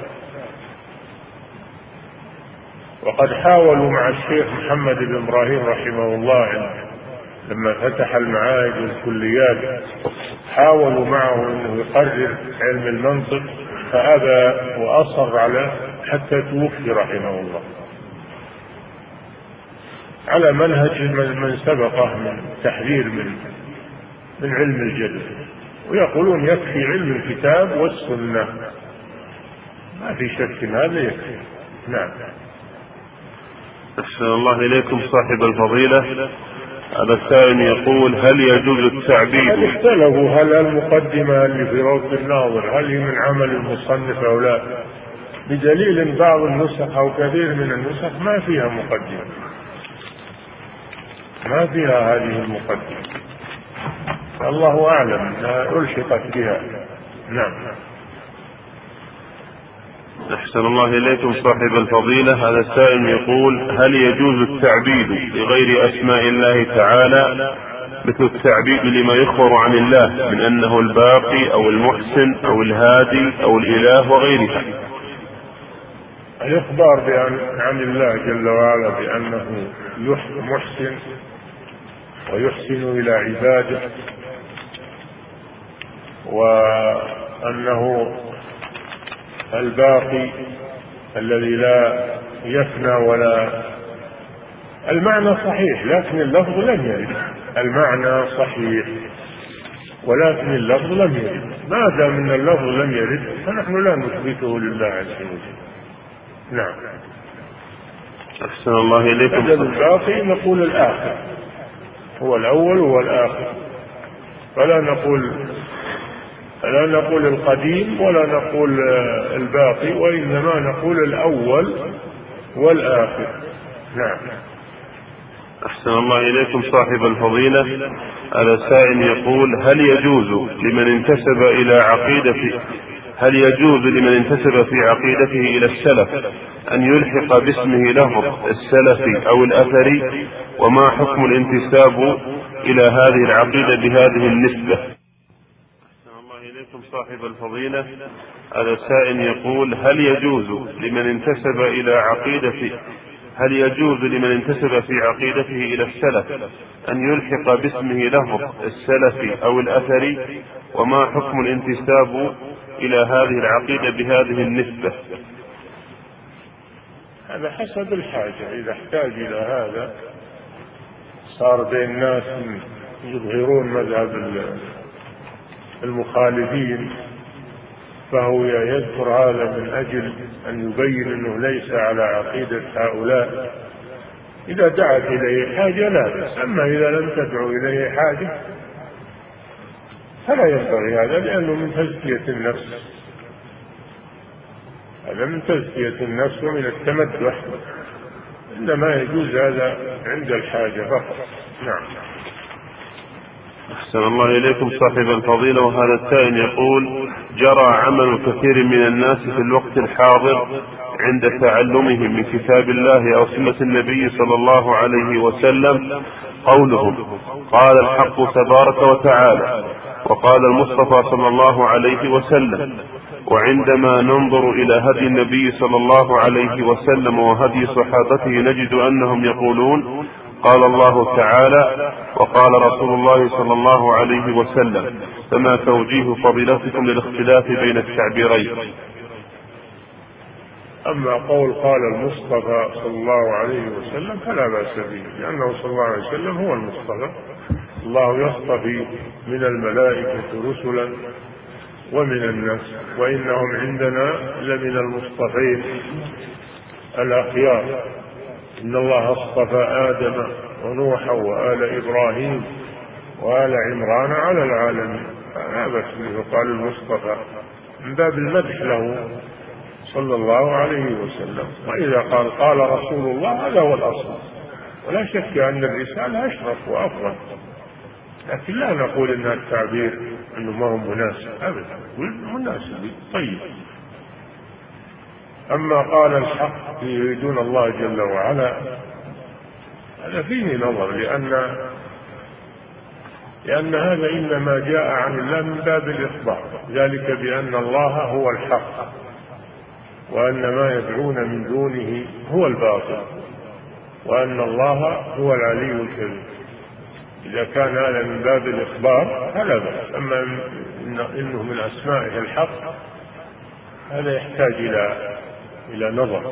وقد حاولوا مع الشيخ محمد بن إبراهيم رحمه الله لما فتح المعاهد والكليات، حاولوا معه أنه يقرر علم المنطق فأبى وأصر على حتى توفي رحمه الله على منهج من سبقه من تحذير من من علم الجدل، ويقولون يكفي علم الكتاب والسنة، ما في شك إن هذا يكفي. نعم. أحسن الله إليكم صاحب الفضيلة، هذا السائل يقول هل يجوز التعبيد؟ هل اختلفوا هل المقدمة اللي في روض الناظر هل هي من عمل المصنف أو لا، بدليل إن بعض النسخ أو كثير من النسخ ما فيها مقدمة، ما فيها هذه المقدمة، الله أعلم أنها ألحقت بها. نعم. أحسن الله إليكم صاحب الفضيلة، هذا السائل يقول هل يجوز التعبيد لغير أسماء الله تعالى مثل التعبيد لما يخبر عن الله من أنه الباقي أو المحسن أو الهادي أو الإله وغيرها؟ الإخبار بأن عن الله جل وعلا بأنه محسن ويحسن إلى عباده، وأنه الباقي الذي لا يفنى ولا، المعنى صحيح لكن اللفظ لم يرد، المعنى صحيح ولكن اللفظ لم يرد، ما دام ان اللفظ لم يرد فنحن لا نثبته لله عز وجل. نعم. أحسن الله إليكم. بدل الباقي نقول الآخر، هو الأول هو الآخر، فلا نقول لا نقول القديم ولا نقول الباقي، وإنما نقول الأول والآخر. نعم. أحسن الله إليكم صاحب الفضيلة، هذا سائل يقول هل يجوز لمن انتسب إلى عقيدة هل يجوز لمن انتسب في عقيدته إلى السلف أن يلحق باسمه لفظ السلفي أو الأثري، وما حكم الانتساب إلى هذه العقيدة بهذه النسبة؟ إليكم صاحب الفضيلة، هذا السائل يقول هل يجوز لمن انتسب إلى عقيدة هل يجوز لمن انتسب في عقيدته إلى السلف أن يلحق باسمه لفظ السلفي أو الأثري، وما حكم الانتساب إلى هذه العقيدة بهذه النسبة؟ هذا حسب الحاجة، إذا احتاج إلى هذا صار بين الناس يظهرون مذهب المخالفين فهو يذكر هذا من أجل أن يبين أنه ليس على عقيدة هؤلاء، إذا دعت إليه حاجة لا بأس، أما إذا لم تدعو إليه حاجة فلا ينبغي هذا، لأنه من تزكية النفس، هذا من تزكية النفس ومن التمدح، إنما يجوز هذا عند الحاجة فقط. نعم. أحسن الله إليكم صاحب الفضيلة، وهذا السائل يقول جرى عمل كثير من الناس في الوقت الحاضر عند تعلمهم من كتاب الله أو سنة النبي صلى الله عليه وسلم قولهم قال الحق تبارك وتعالى وقال المصطفى صلى الله عليه وسلم، وعندما ننظر إلى هدي النبي صلى الله عليه وسلم وهدي صحابته نجد أنهم يقولون قال الله تعالى وقال رسول الله صلى الله عليه وسلم، فما توجيه فضيلتكم للاختلاف بين التعبيرين؟ أما قول قال المصطفى صلى الله عليه وسلم فلا بأس به، لأنه صلى الله عليه وسلم هو المصطفى، الله يصطفي من الملائكة رسلا ومن الناس، وإنهم عندنا لمن المصطفين الأخيار، إن الله اصطفى آدم ونوحا وآل إبراهيم وآل عمران على العالمين، لا بأس به، قال المصطفى من باب المدح له صلى الله عليه وسلم. وإذا قال قال رسول الله هذا هو الأصل، ولا شك أن الرسالة أشرف وأفضل، لكن لا نقول إن التعبير أنه ما هو مناسب أبدا، مناسب طيب. أما قال الحق يريدون الله جل وعلا هذا فيه نظر، لأن لأن هذا إنما جاء عن الله من باب الإخبار، ذلك بأن الله هو الحق وأن ما يدعون من دونه هو الباطل وأن الله هو العلي الكبير. إذا كان هذا من باب الإخبار فلا بأس، أما إنه من أسمائه الحق هذا يحتاج إلى إلى نظر.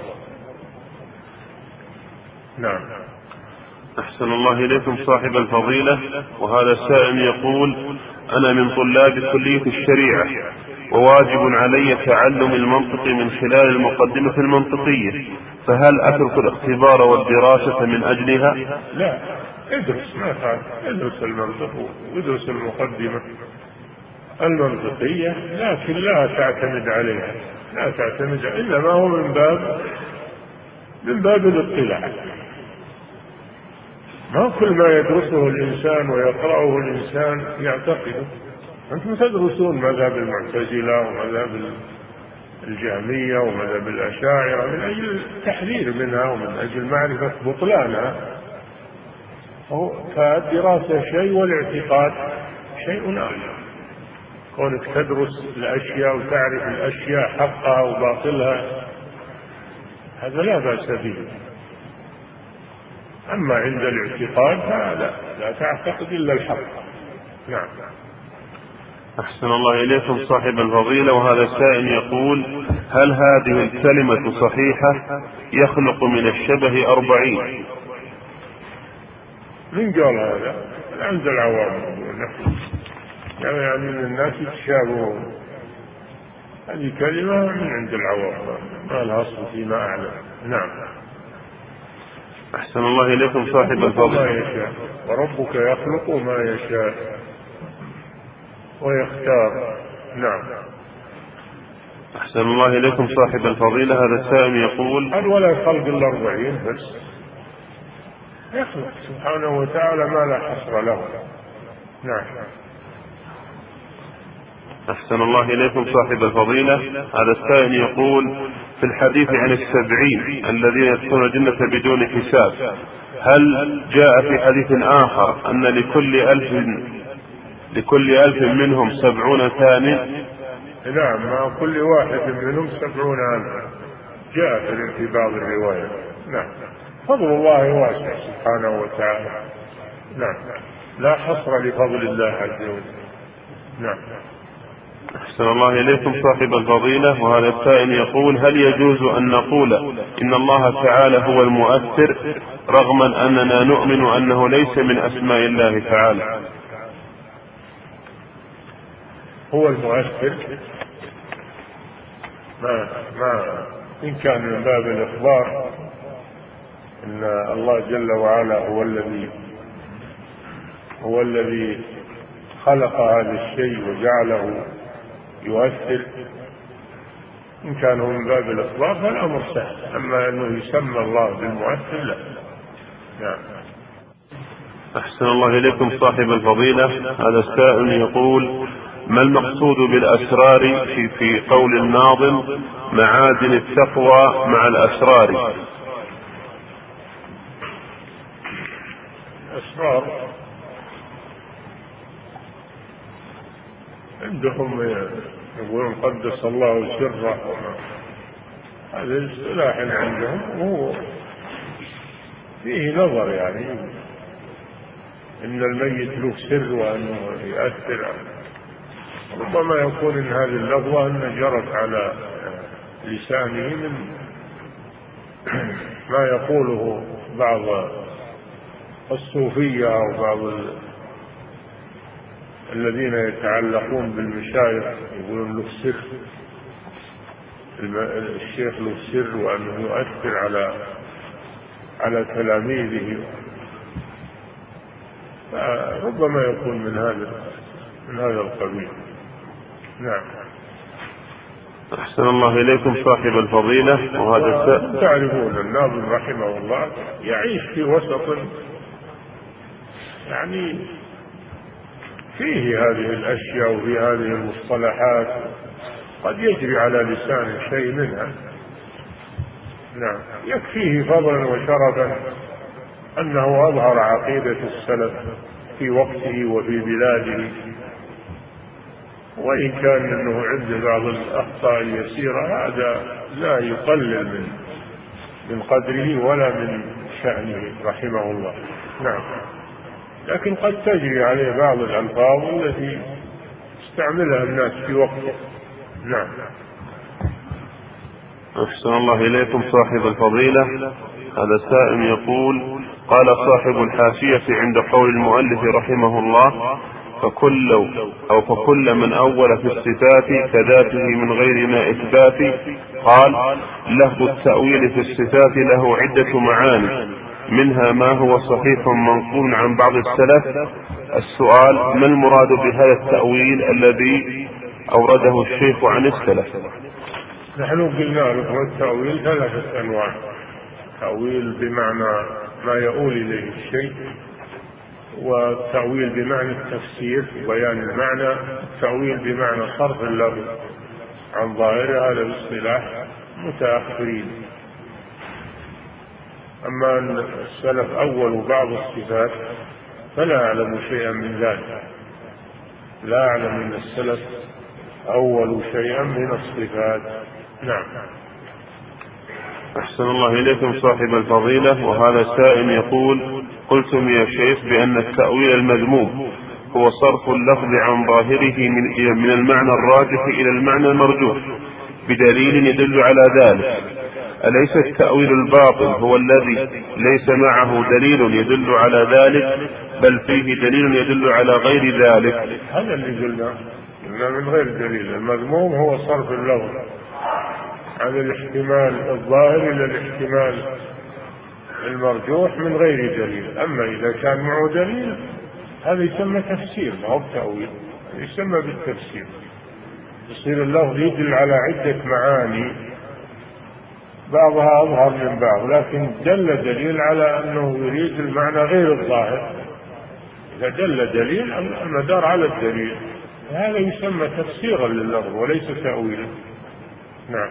نعم. أحسن الله إليكم صاحب الفضيلة، وهذا السائل يقول أنا من طلاب كلية الشريعة وواجب علي تعلم المنطق من خلال المقدمة المنطقية، فهل أترك الاختبار والدراسة من أجلها؟ لا، ادرس ما فعل، ادرس المنطق وادرس المقدمة المنطقية، لكن لا تعتمد عليها، لا تعتمد، إنما هو من باب من باب الاطلاع. ما كل ما يدرسه الإنسان ويقرأه الإنسان يعتقده. أنتم تدرسون مذهب المعتزلة ومذهب الجهمية ومذهب الأشاعرة من أجل التحذير منها ومن أجل معرفة بطلانها، فالدراسة شيء والاعتقاد شيء آخر. كونك تدرس الأشياء وتعرف الأشياء حقها وباطلها هذا لا بأس به، أما عند الاعتقاد فلا لا تعتقد إلا الحق. نعم. أحسن الله إليكم صاحب الفضيلة، وهذا سائل يقول: هل هذه الكلمة صحيحة؟ يخلق من الشبه أربعين. من قال هذا؟ عند العوام يعني من الناس يتشابهون، هذه كلمة من عند العوام ما لها أصل فيما أعلم. نعم. أحسن الله إليكم صاحب الفضيلة. ما يشاء وربك يخلق ما يشاء ويختار. نعم. أحسن الله إليكم صاحب الفضيلة، هذا السائل يقول: هل ولا خلق الأربعين بس يخلق سبحانه وتعالى ما لا حصر له. نعم. أحسن الله إليكم صاحب الفضيلة، هذا السائل يقول: في الحديث عن السبعين الذين يدخلون الجنة بدون حساب، هل جاء في حديث آخر أن لكل ألف لكل ألف منهم سبعون ثاني؟ نعم، ما كل واحد منهم سبعون ألف، جاء في بعض الروايات. نعم. فضل الله واسع سبحانه وتعالى. نعم، لا حصر لفضل الله عز وجل. نعم. أحسن الله إليكم صاحب الفضيلة، وهذا السائل يقول: هل يجوز أن نقول إن الله تعالى هو المؤثر رغم أننا نؤمن أنه ليس من أسماء الله تعالى؟ هو المؤثر ما ما إن كان من باب الإخبار إن الله جل وعلا هو الذي هو الذي خلق هذا الشيء وجعله يؤثر، إن كان هو من باب الإخبار فالأمر سهل، أما أنه يسمى الله بالمؤثر لا. نعم. أحسن الله إليكم صاحب الفضيلة، هذا السائل يقول: ما المقصود بالأسرار في, في قول الناظم معادن التقوى مع الأسرار؟ أسرار عندهم يقولون قدس الله سره، هذا اصطلاح عندهم وهو فيه نظر، يعني إن الميت له سر وأنه يؤثر. ربما يكون إن هذه اللفظة أن جرت على لسانه من ما يقوله بعض الصوفية أو بعض الذين يتعلقون بالمشايخ، يقولون له سر، الشيخ له سر وأنه يؤثر على على تلاميذه، ربما يكون من هذا من هذا القبيل. نعم. أحسن الله إليكم صاحب الفضيلة، وهذا تعرفون الناظم رحمه الله يعيش في وسط يعني فيه هذه الأشياء وفي هذه المصطلحات، قد يجري على لسان شيء منها. نعم. يكفيه فضلا وشرفا أنه أظهر عقيدة السلف في وقته وفي بلاده، وإن كان أنه عنده بعض الأخطاء اليسيرة هذا لا يقلل من من قدره ولا من شأنه رحمه الله. نعم. لكن قد تجري عليه بعض الألفاظ التي استعملها الناس في وقته. نعم. أحسن الله إليكم صاحب الفضيلة، هذا سائل يقول: قال صاحب الحاشية عند قول المؤلف رحمه الله: فكل أو فكل من أول في الصفات كذاته من غير ما إثبات. قال: لفظ التأويل في الصفات له عدة معاني، منها ما هو صحيح منقول عن بعض السلف. السؤال: ما المراد بهذا التأويل الذي أورده الشيخ عن السلف؟ نحن قلنا لكم التأويل ثلاثة أنواع: تأويل بمعنى ما يؤول إليه الشيء، والتأويل بمعنى التفسير وبيان المعنى، التأويل بمعنى صرف اللفظ عن ظاهره، هذا باصطلاح متأخرين. أما أن السلف أول بعض الصفات فلا أعلم شيئا من ذلك، لا أعلم أن السلف أول شيئا من الصفات. نعم. أحسن الله إليكم صاحب الفضيلة. وهذا سائل يقول: قلتم يا شيخ بأن التأويل المذموم هو صرف اللفظ عن ظاهره من من المعنى الراجح إلى المعنى المرجوح بدليل يدل على ذلك، أليس التأويل الباطل هو الذي ليس معه دليل يدل على ذلك، بل فيه دليل يدل على غير ذلك؟ هذا اللي قلنا من غير دليل. المذموم هو صرف اللفظ عن الاحتمال الظاهر إلى الاحتمال المرجوح من غير دليل. أما إذا كان معه دليل هذا يسمى تفسير، ما هو تأويل، يسمى بالتفسير. يصير اللفظ يدل على عدة معاني بعضها أظهر من بعض، لكن دل دليل على أنه يريد المعنى غير الظاهر. إذا دل دليل المدار على الدليل، هذا يسمى تفسيرا لللفظ وليس تأويلا. نعم.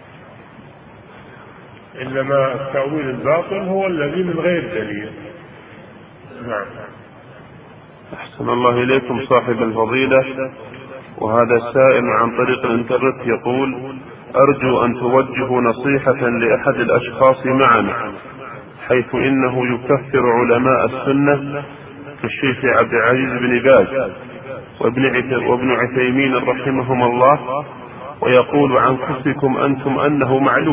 إنما التأويل الباطل هو الذي من غير دليل. نعم. أحسن الله إليكم صاحب الفضيلة. وهذا سائل عن طريق الانترنت يقول: أرجو أن توجهوا نصيحة لأحد الأشخاص معنا، حيث إنه يكفر علماء السنة كالشيخ عبد العزيز بن باز وابن عثيمين رحمهم الله، ويقول عن كفركم أنتم أنه معلوم.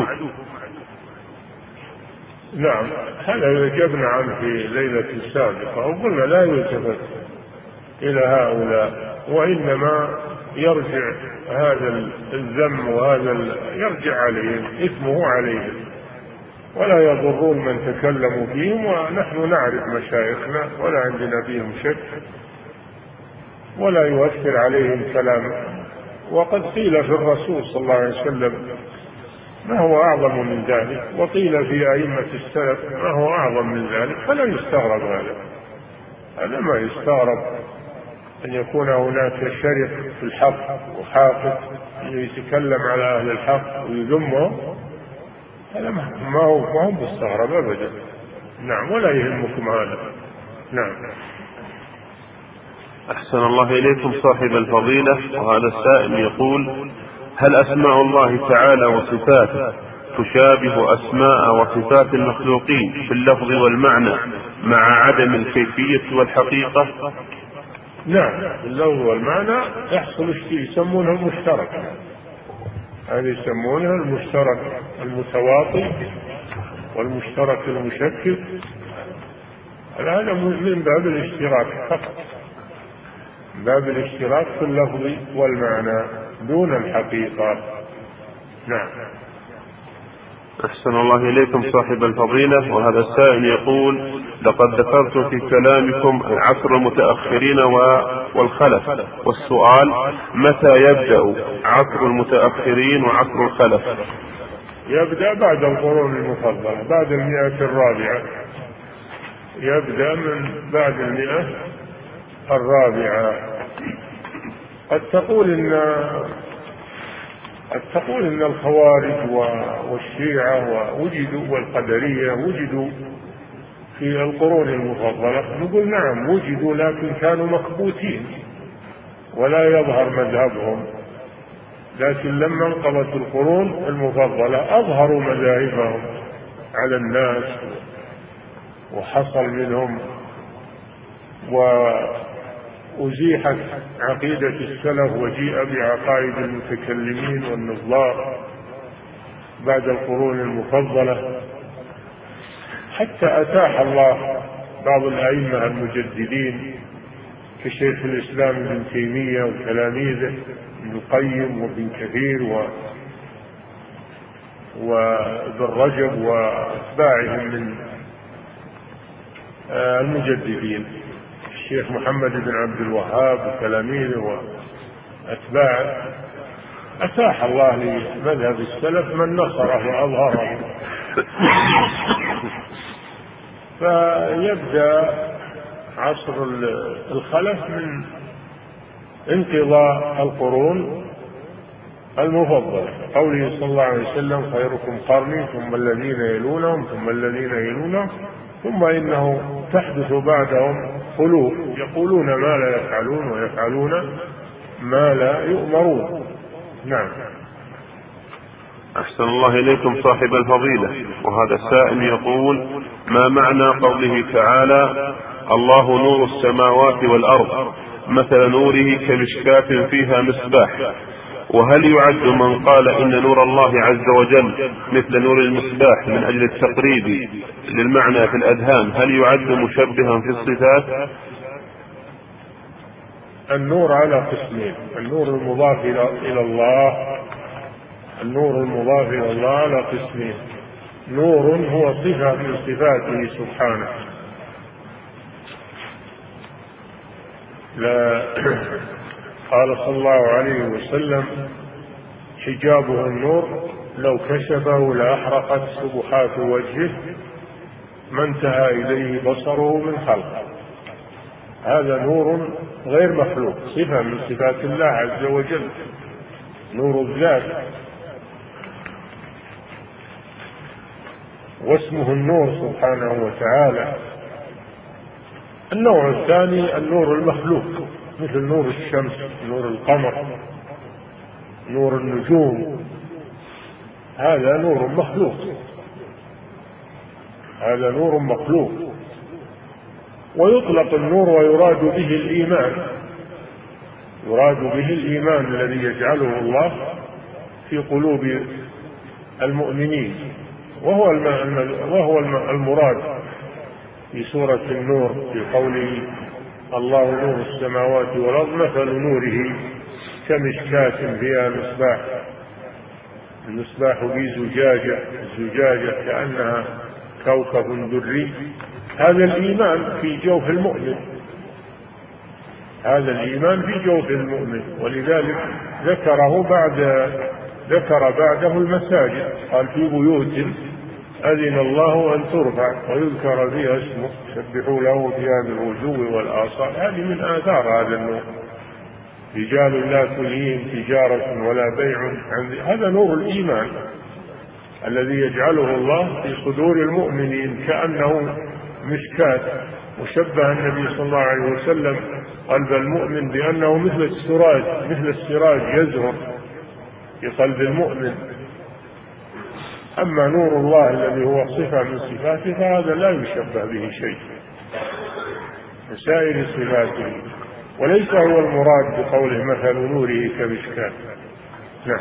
نعم، هذا ذكرنا عنه في ليلة سابقة وقلنا لا يلتفت إلى هؤلاء، وإنما يرجع هذا الذم وهذا يرجع عليهم، إثمه عليهم، ولا يضرون من تكلموا فيهم. ونحن نعرف مشايخنا ولا عندنا فيهم شك، ولا يؤثر عليهم كلام. وقد قيل في الرسول صلى الله عليه وسلم ما هو أعظم من ذلك، وقيل في أئمة السلف ما هو أعظم من ذلك، فلا يستغرب هذا. هذا ما يستغرب أن يكون هناك شرف في الحق وحافظ يتكلم على أهل الحق ويذمهم، هذا ما هو ما هو مستغرب أبدا. نعم، ولا يهمكم هذا. نعم. أحسن الله إليكم صاحب الفضيلة. وهذا السائل يقول: هل أسماء الله تعالى وصفاته تشابه أسماء وصفات المخلوقين في اللفظ والمعنى مع عدم الكيفية والحقيقة؟ نعم، اللفظ والمعنى يحصل الشيء يسمونه المشترك، هذا يسمونه المشترك المتواطئ والمشترك المشكل. هذا من باب الاشتراك فقط، باب الاشتراك في اللفظ والمعنى دون الحقيقة. نعم. أحسن الله إليكم صاحب الفضيلة. وهذا السائل يقول: لقد ذكرتم في كلامكم عصر المتأخرين والخلف، والسؤال: متى يبدأ عصر المتأخرين وعصر الخلف؟ يبدأ بعد القرون المفضلة، بعد المئة الرابعة، يبدأ من بعد المئة الرابعة. قد تقول إن قد تقول إن الخوارج والشيعة وجدوا والقدرية وجدوا في القرون المفضلة. نقول نعم وجدوا، لكن كانوا مكبوتين ولا يظهر مذهبهم. لكن لما انقضت القرون المفضلة أظهروا مذاهبهم على الناس، وحصل منهم وأزيحت عقيدة السلف وجيء بعقائد المتكلمين والنظار بعد القرون المفضلة، حتى أتاح الله بعض الأئمة المجددين كشيخ الإسلام ابن تيمية وتلاميذه ابن القيم وابن كثير و وابن رجب وأتباعهم من المجددين، الشيخ محمد بن عبد الوهاب وتلاميذه وأتباعه. أتاح الله لمذهب السلف من نصره وأظهره. فيبدأ عصر الخلف من انقضاء القرون المفضلة، قوله صلى الله عليه وسلم: خيركم قرني ثم الذين يلونهم ثم الذين يلونهم ثم إنه تحدث بعدهم خلوف يقولون ما لا يفعلون ويفعلون ما لا يؤمرون. نعم. أحسن الله إليكم صاحب الفضيلة. وهذا السائل يقول: ما معنى قوله تعالى: الله نور السماوات والأرض، مثل نوره كمشكاة فيها مصباح؟ وهل يعد من قال إن نور الله عز وجل مثل نور المصباح من أجل التقريب للمعنى في الأذهان، هل يعد مشبها في الصفات؟ النور على قسمين: النور المضاف إلى الله النور المضاف إلى الله على قسمين. نور هو صفة من صفاته سبحانه، لا قال صلى الله عليه وسلم: حجابه النور لو كشفه لأحرقت سبحات وجهه ما انتهى إليه بصره من خلقه. هذا نور غير مخلوق، صفة من صفات الله عز وجل، نور الذات، واسمه النور سبحانه وتعالى. النوع الثاني النور المخلوق، مثل نور الشمس، نور القمر، نور النجوم، هذا نور مخلوق هذا نور مخلوق ويطلق النور ويراد به الإيمان يراد به الإيمان الذي يجعله الله في قلوب المؤمنين، وهو وهو المراد في سورة النور في قوله: الله نور السماوات والأرض مثل نوره كمشكاة فيها مصباح. المصباح في زجاجة، الزجاجة كأنها كوكب دري. هذا الإيمان في جوف المؤمن هذا الإيمان في جوف المؤمن ولذلك ذكره بعد ذكر بعده المساجد، قال: في بيوت أذن الله أن ترفع ويذكر فيها اسمه سبحوا له فيها بالغدو والآصال. هذه من آثار هذا النور: رجال لا تلهيهم تجارة ولا بيع عن. هذا نور الإيمان الذي يجعله الله في صدور المؤمنين كأنه مشكاة. وشبه النبي صلى الله عليه وسلم قلب المؤمن بأنه مثل السراج مثل السراج يزهر في قلب المؤمن. أما نور الله الذي هو صفة من صفاته فهذا لا يشبه به شيء من سائر صفاته، وليس هو المراد بقوله مثل نوره كمشكاة. نعم.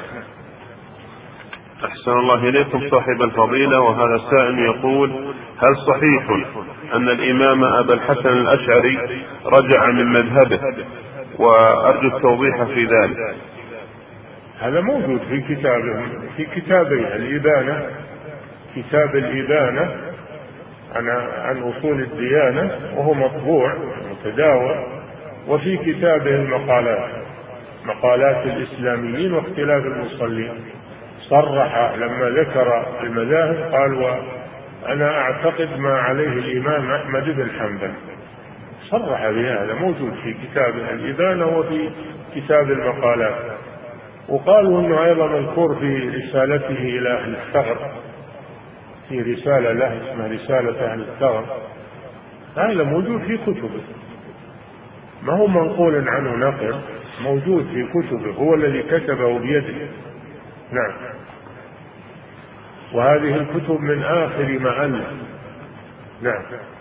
أحسن الله إليكم صاحب الفضيلة. وهذا السائل يقول: هل صحيح أن الإمام أبا الحسن الأشعري رجع من مذهبه؟ وأرجو التوضيح في ذلك. هذا موجود في كتابه في كتابه الإبانة، كتاب الإبانة عن عن أصول الديانة، وهو مطبوع متداول، وفي كتابه المقالات مقالات الإسلاميين واختلاف المصلين. صرح لما ذكر المذاهب قال: وأنا أعتقد ما عليه الإمام أحمد بن حنبل. صرح بهذا، موجود في كتاب الإبانة وفي كتاب المقالات. وقالوا أنه أيضا مذكور في رسالته إلى أهل الثغر، في رسالة له اسمها رسالة أهل الثغر. هذا موجود في كتبه، ما هو منقول عنه نقل، موجود في كتبه، هو الذي كتبه بيده. نعم. وهذه الكتب من آخر ما ألف. نعم.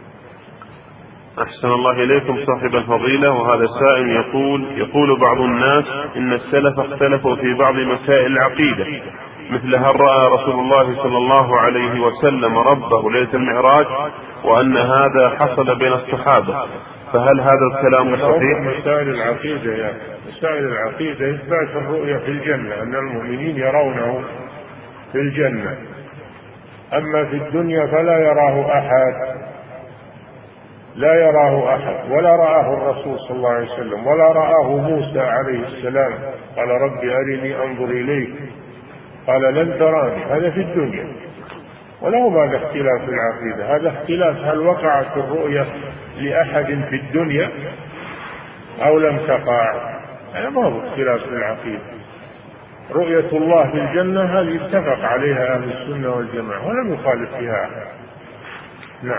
أحسن الله إليكم صاحب الفضيلة. وهذا السائل يقول: يقول بعض الناس إن السلف اختلفوا في بعض مسائل العقيدة، مثل هل رأى رسول الله صلى الله عليه وسلم ربه ليلة المعراج، وأن هذا حصل بين الصحابة، فهل هذا الكلام صحيح؟ مسائل العقيدة يا مسائل العقيدة إثبات الرؤية في الجنة، أن المؤمنين يرونه في الجنة، أما في الدنيا فلا يراه أحد، لا يراه أحد، ولا رآه الرسول صلى الله عليه وسلم، ولا رآه موسى عليه السلام، قال رب أرني أنظر إليك، قال لن تراني، هذا في الدنيا. ولو هذا اختلاف في العقيدة، هذا اختلاف هل وقعت الرؤية لأحد في الدنيا أو لم تقع، هذا ما هو اختلاف في العقيدة. رؤية الله في الجنة هذه اتفق عليها أهل السنة والجماعة ولم يخالف فيها أحد. نعم.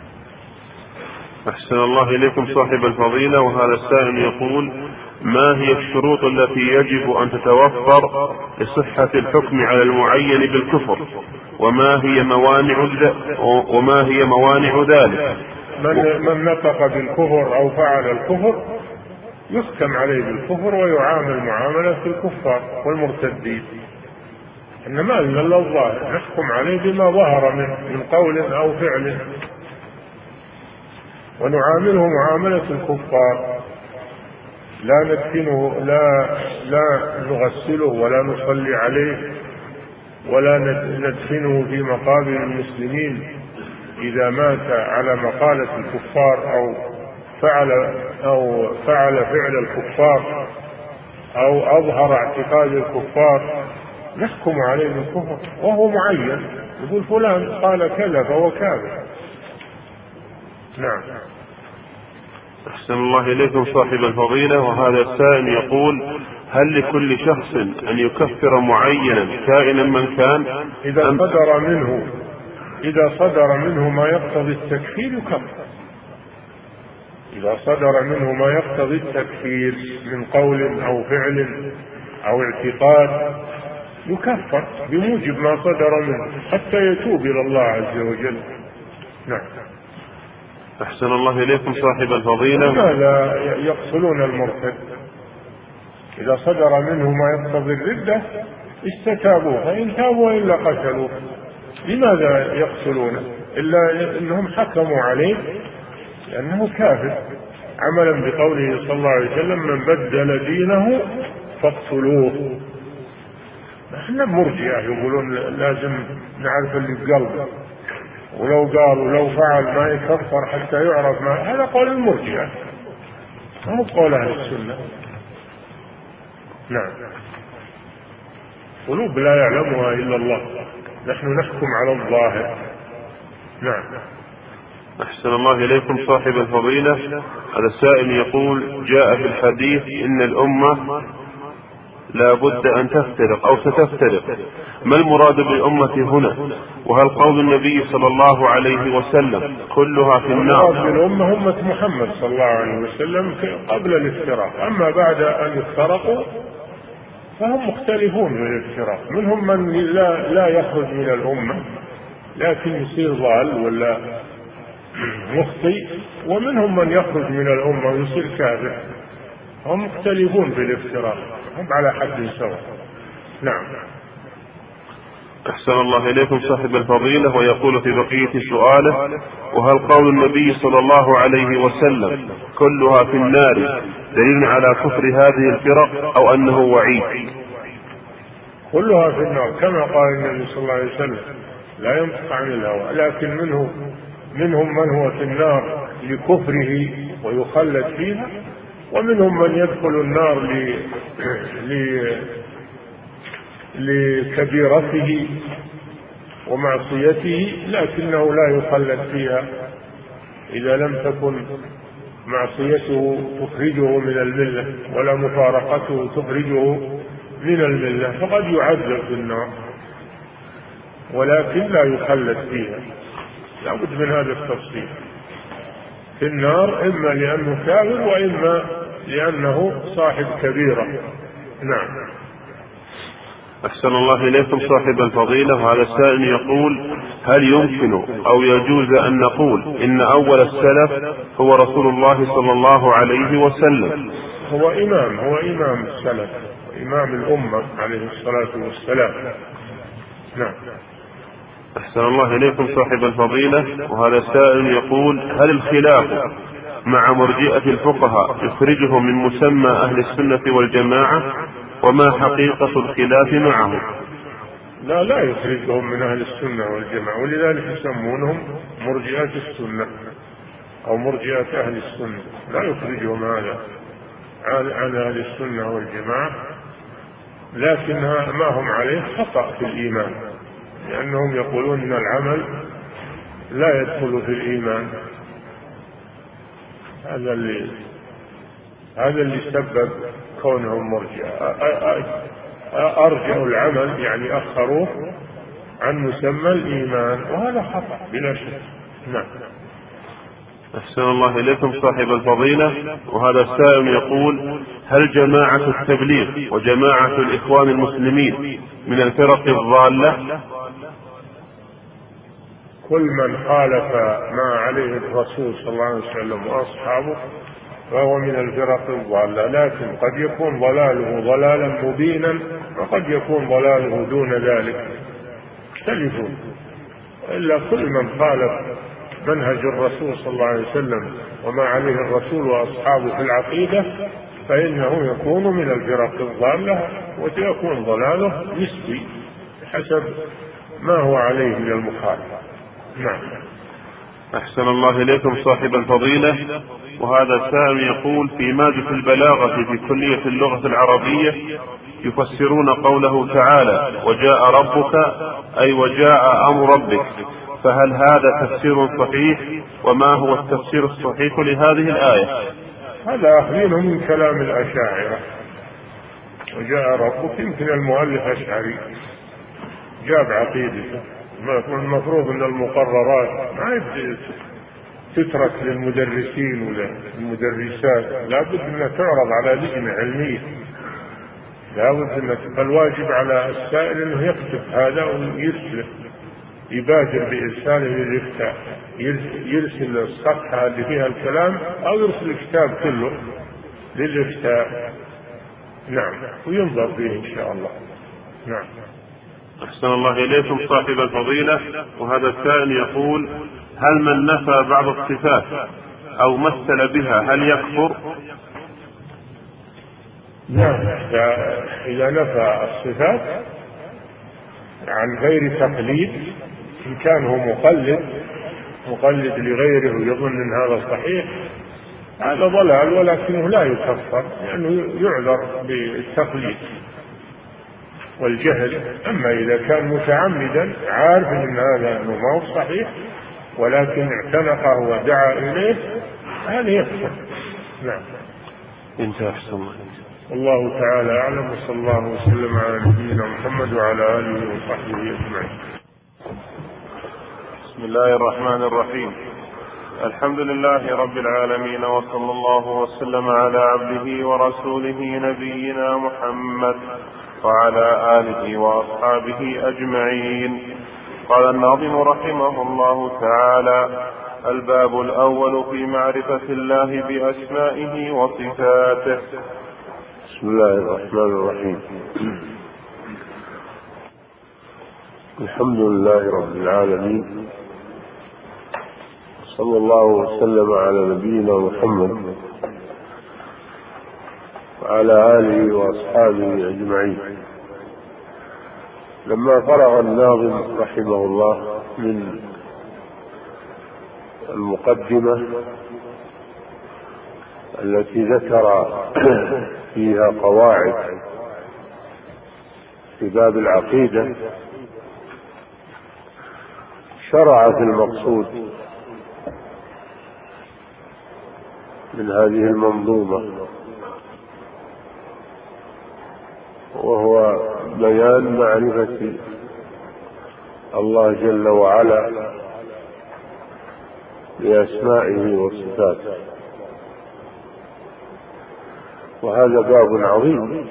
أحسن الله إليكم صاحب الفضيلة، وهذا السائل يقول: ما هي الشروط التي يجب أن تتوفر لصحة الحكم على المعين بالكفر، وما هي موانع وما هي موانع ذلك؟ من, من نطق بالكفر أو فعل الكفر يحكم عليه بالكفر ويعامل معاملة الكفار والمرتدين، إنما إلا الظاهر نحكم عليه بما ظهر من, من قول أو فعل، ونعامله معاملة الكفار، لا ندفنه، لا لا نغسله ولا نصلي عليه ولا ندفنه في مقابر المسلمين إذا مات على مقالة الكفار أو فعل أو فعل فعل الكفار أو أظهر اعتقاد الكفار، نحكم عليه بالكفر وهو معين، يقول فلان قال كذا فهو كافر. نعم. أحسن الله إليكم صاحب الفضيلة، وهذا السائل يقول: هل لكل شخص أن يكفر معينا كائنا من كان؟ إذا صدر منه إذا صدر منه ما يقتضي التكفير يكفر، إذا صدر منه ما يقتضي التكفير من قول أو فعل أو اعتقاد يكفر بموجب ما صدر منه حتى يتوب إلى الله عز وجل. نعم. أحسن الله إليكم صاحب الفضيلة. لماذا يقتلون المرتد؟ إذا صدر منه ما يقتضي الردة استتابوه، فإن تابوا إلا قتلوه. لماذا يقتلونه؟ إلا إنهم حكموا عليه لأنه كافر، عملا بقوله صلى الله عليه وسلم: من بدل دينه فاقتلوه. احنا مرجئة يقولون لازم نعرف اللي بقلبه، ولو قال ولو فعل ما يكفر حتى يعرف ما، هذا قول المرجئة، ما هو قول أهل السنة. نعم. قلوب لا يعلمها إلا الله، نحن نحكم على الظاهر. نعم. أحسن الله إليكم صاحب الفضيلة، هذا السائل يقول: جاء في الحديث إن الأمة لا بد أن تفترق أو ستفترق، ما المراد بالأمة هنا؟ وهل قول النبي صلى الله عليه وسلم كلها في النار؟ المراد بالأمة أمة محمد صلى الله عليه وسلم قبل الافتراق، أما بعد أن افترقوا فهم مختلفون في الافتراق، منهم من لا, لا يخرج من الأمة لكن يصير ضال ولا مخطئ، ومنهم من يخرج من الأمة ويصير كافر، هم مختلفون في الافتراق، هم على حد سواء. نعم. أحسن الله إليكم صاحب الفضيلة، ويقول في بقية سؤاله: وهل قول النبي صلى الله عليه وسلم كلها في النار دليل على كفر هذه الفرق أو أنه وعيد؟ كلها في النار كما قال النبي صلى الله عليه وسلم، لا ينطق عن الهوى، لكن منه منهم من هو في النار لكفره ويخلد فيها، ومنهم من يدخل النار ل... ل... لكبيرته ومعصيته لكنه لا يخلد فيها إذا لم تكن معصيته تخرجه من الملة ولا مفارقته تخرجه من الملة، فقد يعذب في النار ولكن لا يخلد فيها. لا بد من هذا التفصيل، في النار إما لأنه كافر وإما لأنه صاحب كبيرة. نعم. أحسن الله إليكم صاحب الفضيلة، وهذا السائل يقول: هل يمكن أو يجوز أن نقول إن أول السلف هو رسول الله صلى الله عليه وسلم؟ هو إمام هو إمام السلف، إمام الأمة عليه الصلاة والسلام. نعم. أحسن الله إليكم صاحب الفضيلة، وهذا السائل يقول: هل الخلاف مع مرجئة الفقهاء يخرجهم من مسمى أهل السنة والجماعة؟ وما حقيقة الخلاف معهم؟ لا لا يخرجهم من أهل السنة والجماعة، ولذلك يسمونهم مرجئة السنة أو مرجئة أهل السنة، لا يخرجهم هذا عن أهل السنة والجماعة، لكن ما هم عليه خطأ في الإيمان، لأنهم يقولون أن العمل لا يدخل في الإيمان. هذا اللي هذا اللي سبب كونهم مرجئة، أرجعوا العمل يعني أخروه عن مسمى الإيمان، وهذا خطأ بلا شك. نعم. أحسن الله إليكم صاحب الفضيلة، وهذا السائل يقول: هل جماعة التبليغ وجماعة الإخوان المسلمين من الفرق الضالة؟ كل من خالف ما عليه الرسول صلى الله عليه وسلم وأصحابه فهو من الفرق الضالة، لكن قد يكون ضلاله ضلالا مبينا وقد يكون ضلاله دون ذلك، يختلفون. إلا كل من خالف منهج الرسول صلى الله عليه وسلم وما عليه الرسول وأصحابه في العقيدة فإنه يكون من الفرق الضالة، ويكون ضلاله نسبي حسب ما هو عليه من المخالفة. نعم. أحسن الله إليكم صاحب الفضيلة، وهذا السائل يقول: في مادة البلاغة في كلية اللغة العربية يفسرون قوله تعالى: وجاء ربك أي وجاء أمر ربك، فهل هذا تفسير صحيح؟ وما هو التفسير الصحيح لهذه الآية؟ هذا أخذينه من كلام الأشاعرة، وجاء ربك، يمكن المؤلف أشعري جاب عقيدته. المفروض أن المقررات ما تترك للمدرسين ولا المدرسات، لابد أنها تعرض على لجنة علمية، لابد أن الواجب على السائل أنه يكتب هذا ويرسله، يبادر بإرساله للإفتاء، يرسل الصفحة اللي فيها الكلام أو يرسل الكتاب كله للإفتاء. نعم، وينظر فيه إن شاء الله. نعم. أحسن الله إليكم صاحب الفضيلة، وهذا السائل يقول: هل من نفى بعض الصفات أو مثل بها هل يكفر؟ نعم، إذا نفى الصفات عن غير تقليد، إن كان هو مقلد مقلد لغيره ويظن أن هذا صحيح، هذا ضلال، ولكنه لا يكفر لأنه يعذر بالتقليد والجهل. أما إذا كان متعمدا عارف أن هذا أنه ما هو صحيح ولكن اعتنقه ودعا إليه، هذا يكفر. نعم. انتهى. أحسن الله. والله تعالى أعلم، وصلى الله وسلم على نبينا محمد وعلى آله وصحبه أجمعين. بسم الله الرحمن الرحيم. الحمد لله رب العالمين، وصلى الله وسلم على عبده ورسوله نبينا محمد وعلى آله وأصحابه أجمعين. قال الناظم رحمه الله تعالى: الباب الأول في معرفة الله بأسمائه وصفاته. بسم الله الرحمن الرحيم. الحمد لله رب العالمين، صلى الله وسلم على نبينا محمد وعلى آله وأصحابه أجمعين. لما فرغ الناظم رحمه الله من المقدمة التي ذكر فيها قواعد في باب العقيدة، شرع في المقصود من هذه المنظومة، وهو بيان معرفة الله جل وعلا بأسمائه وصفاته، وهذا باب عظيم،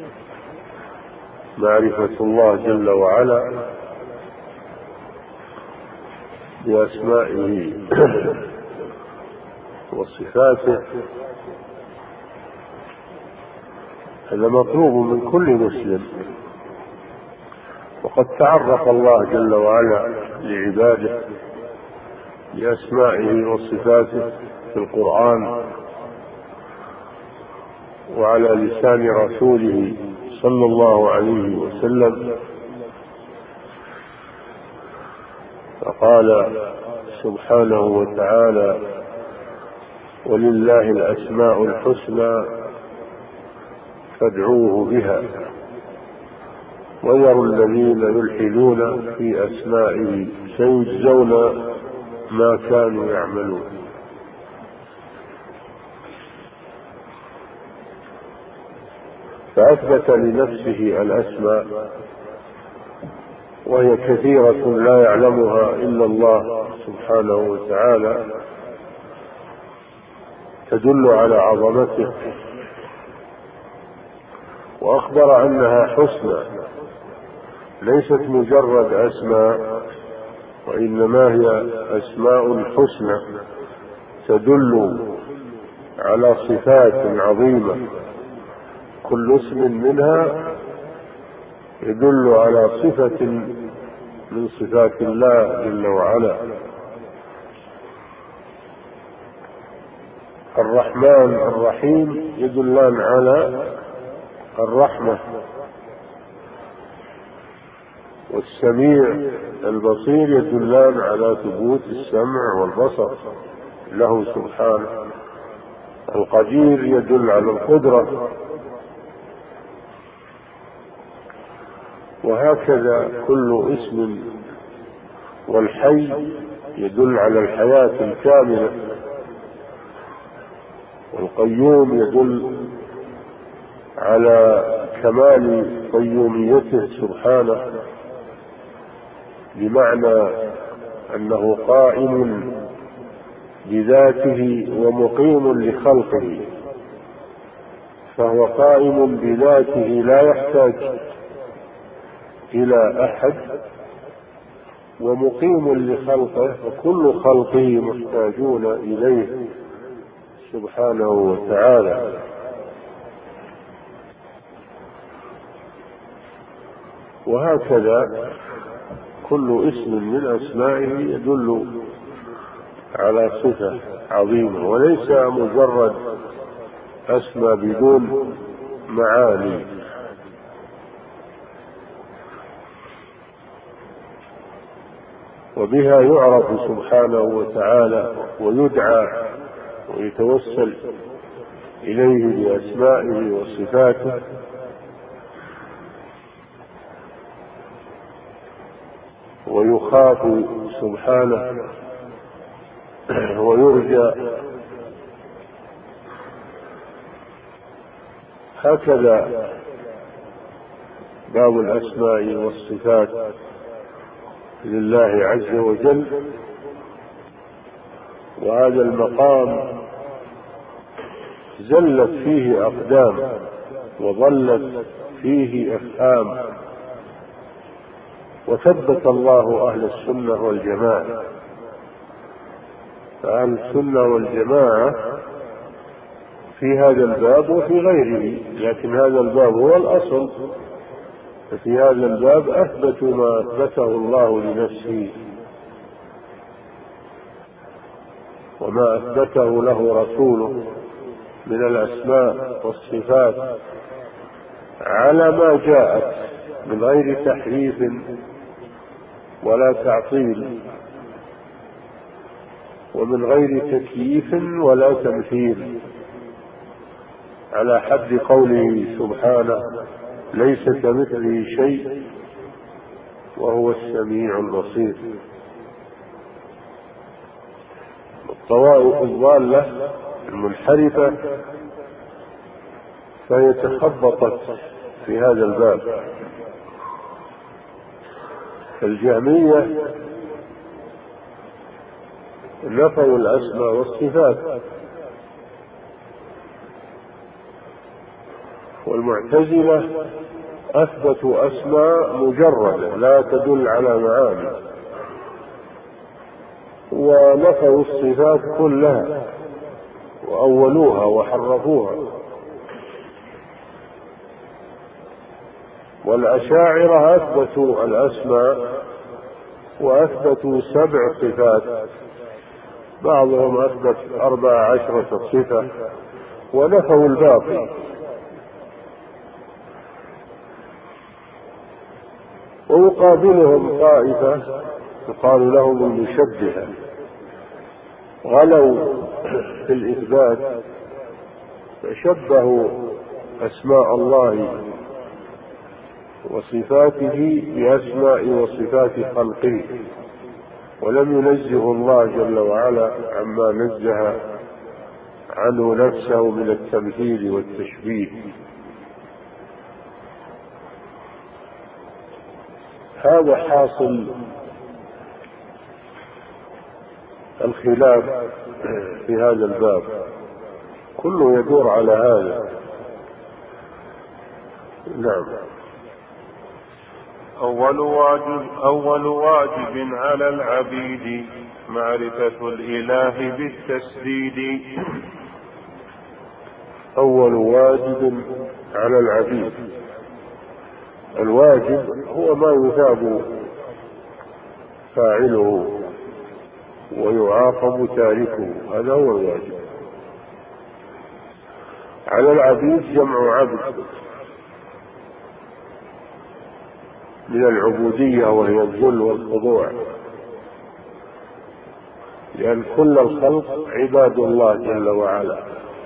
معرفة الله جل وعلا بأسمائه وصفاته. هذا مطلوب من كل مسلم، وقد تعرف الله جل وعلا لعباده بأسمائه وصفاته في القرآن وعلى لسان رسوله صلى الله عليه وسلم. فقال سبحانه وتعالى: ولله الأسماء الحسنى فادعوه بها وذروا الذين يلحدون في أسمائه سيجزون ما كانوا يعملون. فأثبت لنفسه الأسماء وهي كثيرة لا يعلمها إلا الله سبحانه وتعالى، تدل على عظمته، وأخبر أنها حسنى ليست مجرد أسماء، وإنما هي أسماء حسنى تدل على صفات عظيمة، كل اسم منها يدل على صفة من صفات الله جل وعلا. الرحمن الرحيم يدلان على الرحمة، والسميع البصير يدلان على ثبوت السمع والبصر له سبحانه. القدير يدل على القدرة، وهكذا كل اسم. والحي يدل على الحياة الكاملة، والقيوم يدل على كمال قيوميته سبحانه، بمعنى أنه قائم بذاته ومقيم لخلقه، فهو قائم بذاته لا يحتاج إلى أحد، ومقيم لخلقه، وكل خلقه محتاجون إليه سبحانه وتعالى. وهكذا كل اسم من أسمائه يدل على صفة عظيمة، وليس مجرد أسماء بدون معاني. وبها يعرف سبحانه وتعالى ويدعى ويتوسل إليه بأسمائه وصفاته، ويخاف سبحانه ويرجى. هكذا باب الأسماء والصفات لله عز وجل. وهذا المقام زلت فيه أقدام وضلت فيه أفهام، وثبت الله أهل السنة والجماعة. فأهل السنة والجماعة في هذا الباب وفي غيره، لكن هذا الباب هو الأصل. ففي هذا الباب أثبتوا ما أثبته الله لنفسه وما أثبته له رسوله من الأسماء والصفات على ما جاءت، من غير تحريف ولا تعطيل، ومن غير تكييف ولا تمثيل، على حد قوله سبحانه: ليس كمثله شيء وهو السميع البصير. الطوائف الضالة المنحرفة فهي تخبطت في هذا الباب. الجهمية نفوا الأسماء والصفات، والمعتزلة أثبتوا أسماء مجردة لا تدل على معاني، ونفوا الصفات كلها وأولوها وحرفوها. والأشاعرة أثبتوا الأسماء وأثبتوا سبع صفات بعضهم أثبت أربع عشرة صفة ونفوا الباقي. ويقابلهم طائفة يقال لهم المشبهة، غلوا في الإثبات فشبهوا أسماء الله وصفاته بأسماء وصفات خلقه، ولم ينزه الله جل وعلا عما نزه عنه نفسه من التمثيل والتشبيه. هذا حاصل الخلاف في هذا الباب، كله يدور على هذا. نعم. أول واجب, أول واجب على العبيد معرفة الإله بالتسديد. أول واجب على العبيد، الواجب هو ما يثاب فاعله ويعاقب تاركه، هذا هو الواجب. على العبيد جمع عبد من العبودية وهي الذل والخضوع، لأن كل الخلق عباد الله جل وعلا.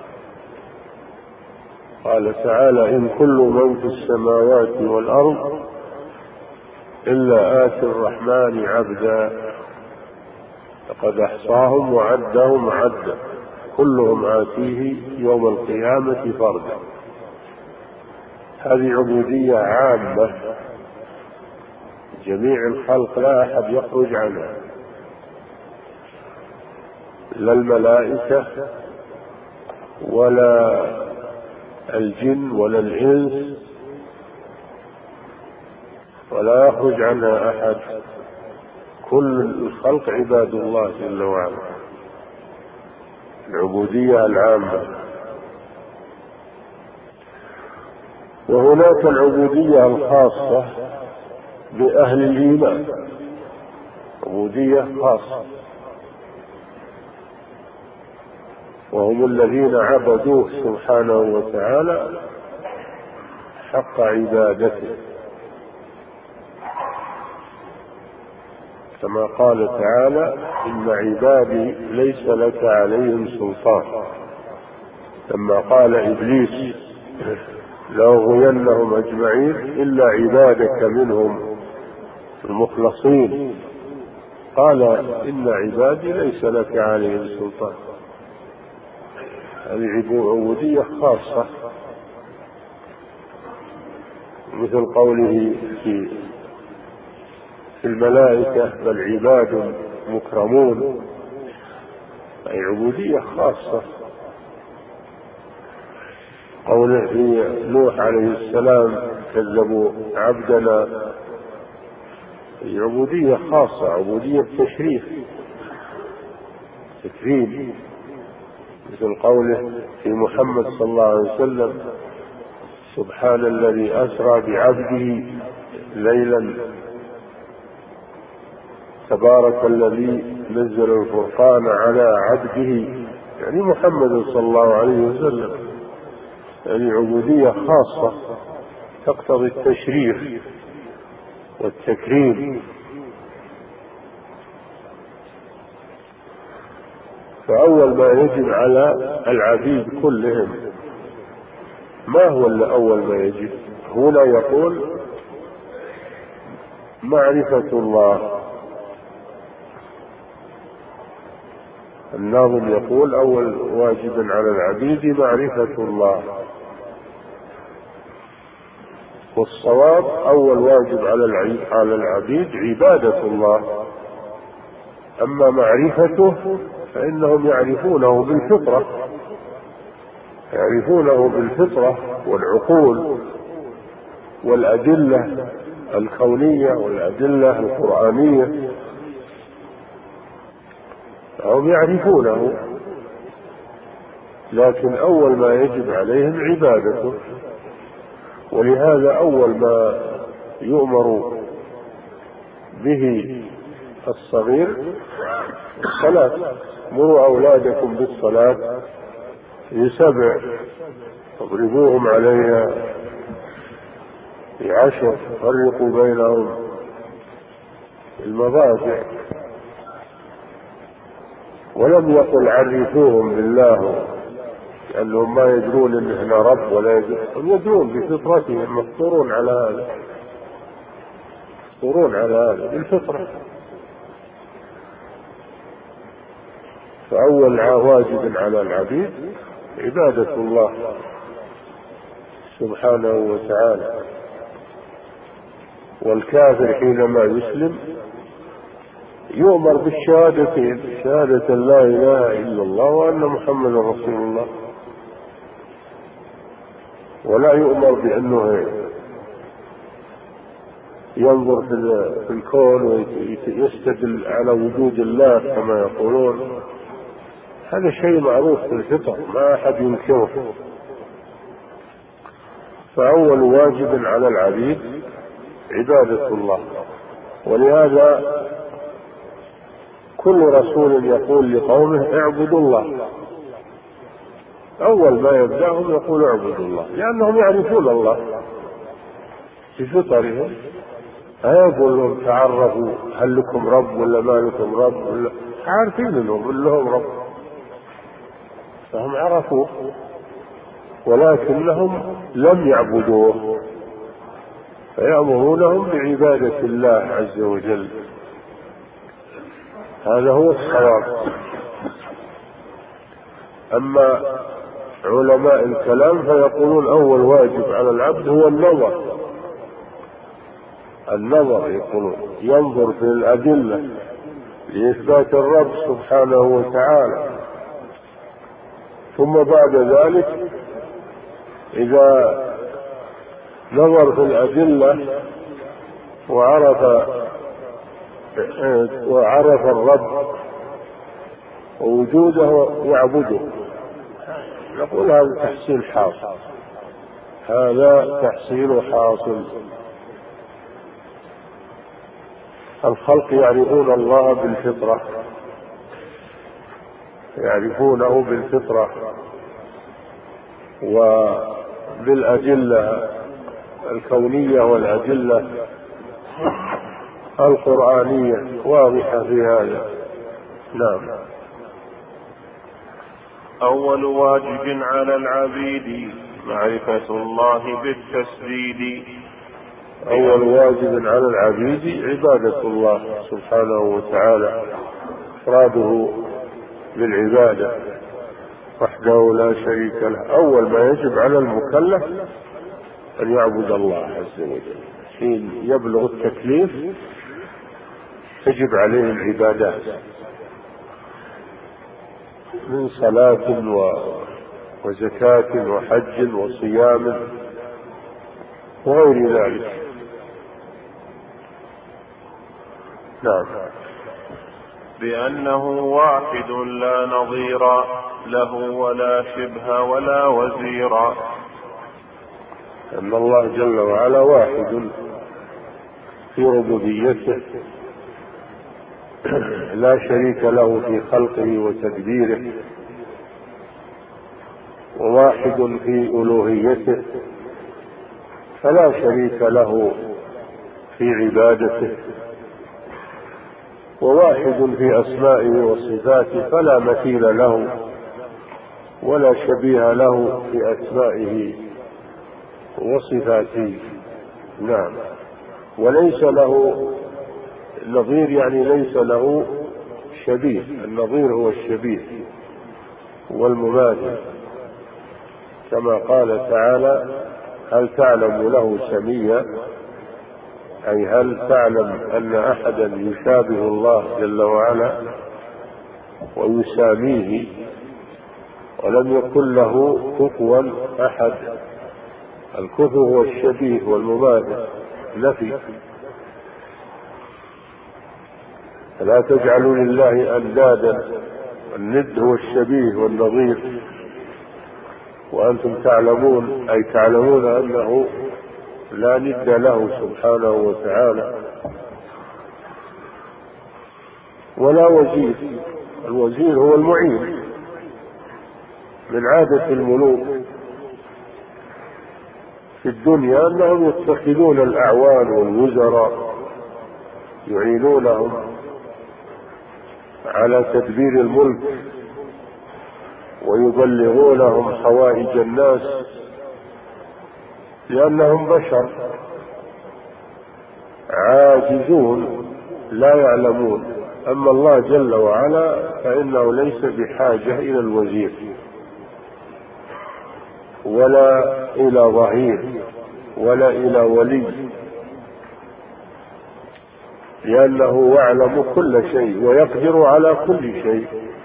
قال تعالى: إن كل من في السماوات والأرض إلا آتي الرحمن عبدا لقد أحصاهم وعدهم عدا كلهم آتيه يوم القيامة فردا. هذه عبودية عامة، جميع الخلق لا أحد يخرج عنها، لا الملائكة ولا الجن ولا الإنس، ولا يخرج عنها أحد، كل الخلق عباد الله جل وعلا، العبودية العامة. وهناك العبودية الخاصة بأهل الإيمان، عبودية خاصة، وهم الذين عبدوه سبحانه وتعالى حق عبادته، كما قال تعالى: إن عبادي ليس لك عليهم سلطان، لما قال إبليس: لأغوينهم أجمعين إلا عبادك منهم المخلصين، قال: إن عبادي ليس لك عليهم سلطان. هذه عبودية خاصة، مثل قوله في في الملائكة: بل عباد مكرمون، أي عبودية خاصة. قوله في نوح عليه السلام: كذبوا عبدنا، هي عبودية خاصة، عبودية تشريف تكريم، مثل قوله في محمد صلى الله عليه وسلم: سبحان الذي أسرى بعبده ليلا، تبارك الذي نزل الفرقان على عبده، يعني محمد صلى الله عليه وسلم. يعني عبودية خاصة تقتضي التشريف والتكريم. فأول ما يجب على العبيد كلهم، ما هو اللي أول ما يجب؟ هنا يقول معرفة الله. الناظم يقول: أول واجب على العبيد معرفة الله، والصواب أول واجب على العبيد عبادة الله. أما معرفته فإنهم يعرفونه بالفطرة، يعرفونه بالفطرة والعقول والأدلة الكونية والأدلة القرآنية، هم يعرفونه، لكن أول ما يجب عليهم عبادته. ولهذا أول ما يؤمر به الصغير الصلاة، مروا أولادكم بالصلاة في سبع واضربوهم عليها في عشر، فرقوا بينهم المضاجع. ولم يقل عرفوهم بالله لأنهم ما يدرون إن إحنا رب، ولا يدرون, يدرون بفطرتهم، مفطورون على هذا، مفطورون على هذا بالفطرة. فأول واجب على العبيد عبادة الله سبحانه وتعالى. والكافر حينما يسلم يؤمر بالشهادتين، شهادة لا إله إلا الله وأن محمد رسول الله، ولا يؤمر بأنه ينظر في الكون ويستدل على وجود الله كما يقولون. هذا شيء معروف في الفطر، ما أحد ينكره. فأول واجب على العبيد عبادة الله. ولهذا كل رسول يقول لقومه اعبدوا الله، أول ما يبدأهم يقول اعبدوا الله، لأنهم يعرفون الله بفطرهم. أيقول لهم تعرفوا هل لكم رب ولا ما لكم رب، ولا عارفين انهم لهم رب، فهم عرفوه ولكنهم لم يعبدوه، فيأمرونهم بعبادة الله عز وجل. هذا هو الصواب. أما علماء الكلام فيقولون أول واجب على العبد هو النظر، النظر يقولون ينظر في الأدلة لإثبات الرب سبحانه وتعالى، ثم بعد ذلك إذا نظر في الأدلة وعرف وعرف الرب ووجوده يعبده، نقول هذا تحصيل حاصل، هذا تحصيل حاصل. الخلق يعرفون الله بالفطرة، يعرفونه بالفطرة وبالأدلة الكونية والأدلة القرآنية واضحة في هذا. نعم. أول واجب على العبيد معرفة الله بالتسديد. أول واجب على العبيد عبادة الله سبحانه وتعالى، إفراده بالعبادة وحده لا شريك له. أول ما يجب على المكلف أن يعبد الله عز وجل. حين يبلغ التكليف تجب عليه العبادات من صلاة وزكاة وحج وصيام وغير ذلك. نعم. بأنه واحد لا نظير له ولا شبه ولا وزير. أن الله جل وعلا واحد في ربوبيته لا شريك له في خلقه وتدبيره، وواحد في ألوهيته فلا شريك له في عبادته، وواحد في أسمائه وصفاته فلا مثيل له ولا شبيه له في أسمائه وصفاته. نعم. وليس له نظير، يعني ليس له شبيه. النظير هو الشبيه والمماثل، كما قال تعالى هل تعلم له سميا، أي هل تعلم أن أحدا يشابه الله جل وعلا ويساميه، ولم يكن له كفوا أحد. الكفو هو الشبيه والمماثل، نفي. فلا تجعلوا لله أندادا، الند هو الشبيه والنظير، وأنتم تعلمون أي تعلمون أنه لا ند له سبحانه وتعالى. ولا وزير. الوزير هو المعين. من عادة الملوك في الدنيا أنهم يتخذون الأعوان والوزراء يعينونهم على تدبير الملك ويبلغونهم حوائج الناس، لأنهم بشر عاجزون لا يعلمون. أما الله جل وعلا فإنه ليس بحاجة إلى الوزير ولا إلى ظهير ولا إلى ولي، لأنه يعلم كل شيء ويقدر على كل شيء،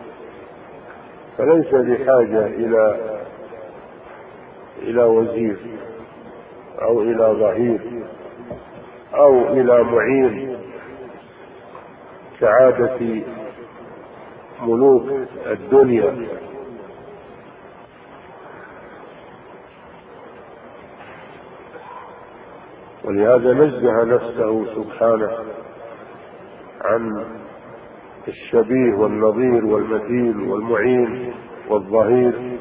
فليس بحاجة إلى إلى وزير أو إلى ظهير أو إلى معين كعادة ملوك الدنيا. ولهذا نزه نفسه سبحانه عن الشبيه والنظير والمثيل والمعين والظهير.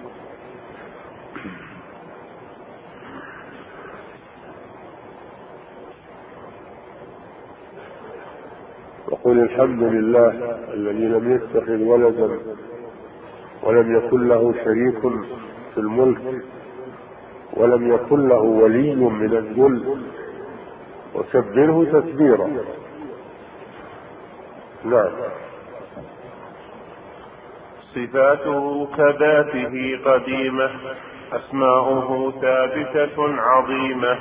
وقل الحمد لله الذي لم يتخذ ولدا ولم يكن له شريك في الملك ولم يكن له ولي من الذل وكبره تكبيرا. نعم. صفاته كذاته قديمة، أسماؤه ثابتة عظيمة.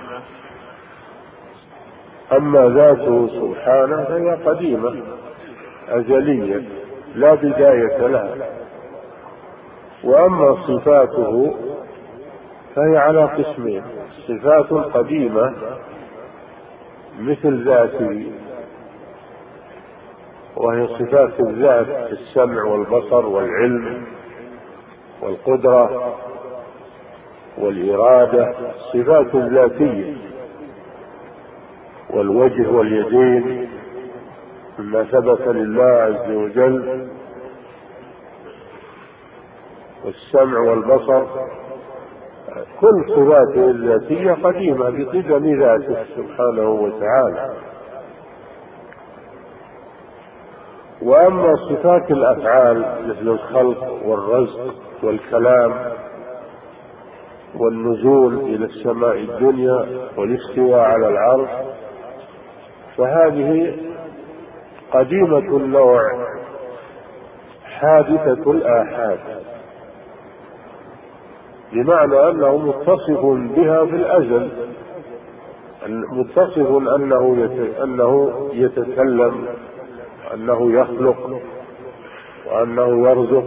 أما ذاته سبحانه فهي قديمة أزلية لا بداية لها، وأما صفاته فهي على قسمين: صفات قديمة مثل ذاته، وهي صفات الذات السمع والبصر والعلم والقدرة والإرادة، صفات ذاتية، والوجه واليدين مما ثبت لله عز وجل، والسمع والبصر، كل صفاته الذاتية قديمة بقدم ذاته سبحانه وتعالى. وأما صفات الأفعال مثل الخلق والرزق والكلام والنزول إلى السماء الدنيا والاستواء على العرش، فهذه قديمة النوع حادثة الآحاد، بمعنى أنه متصف بها في الأزل، متصف أنه أنه يتكلم، أنه يخلق، وأنه يرزق،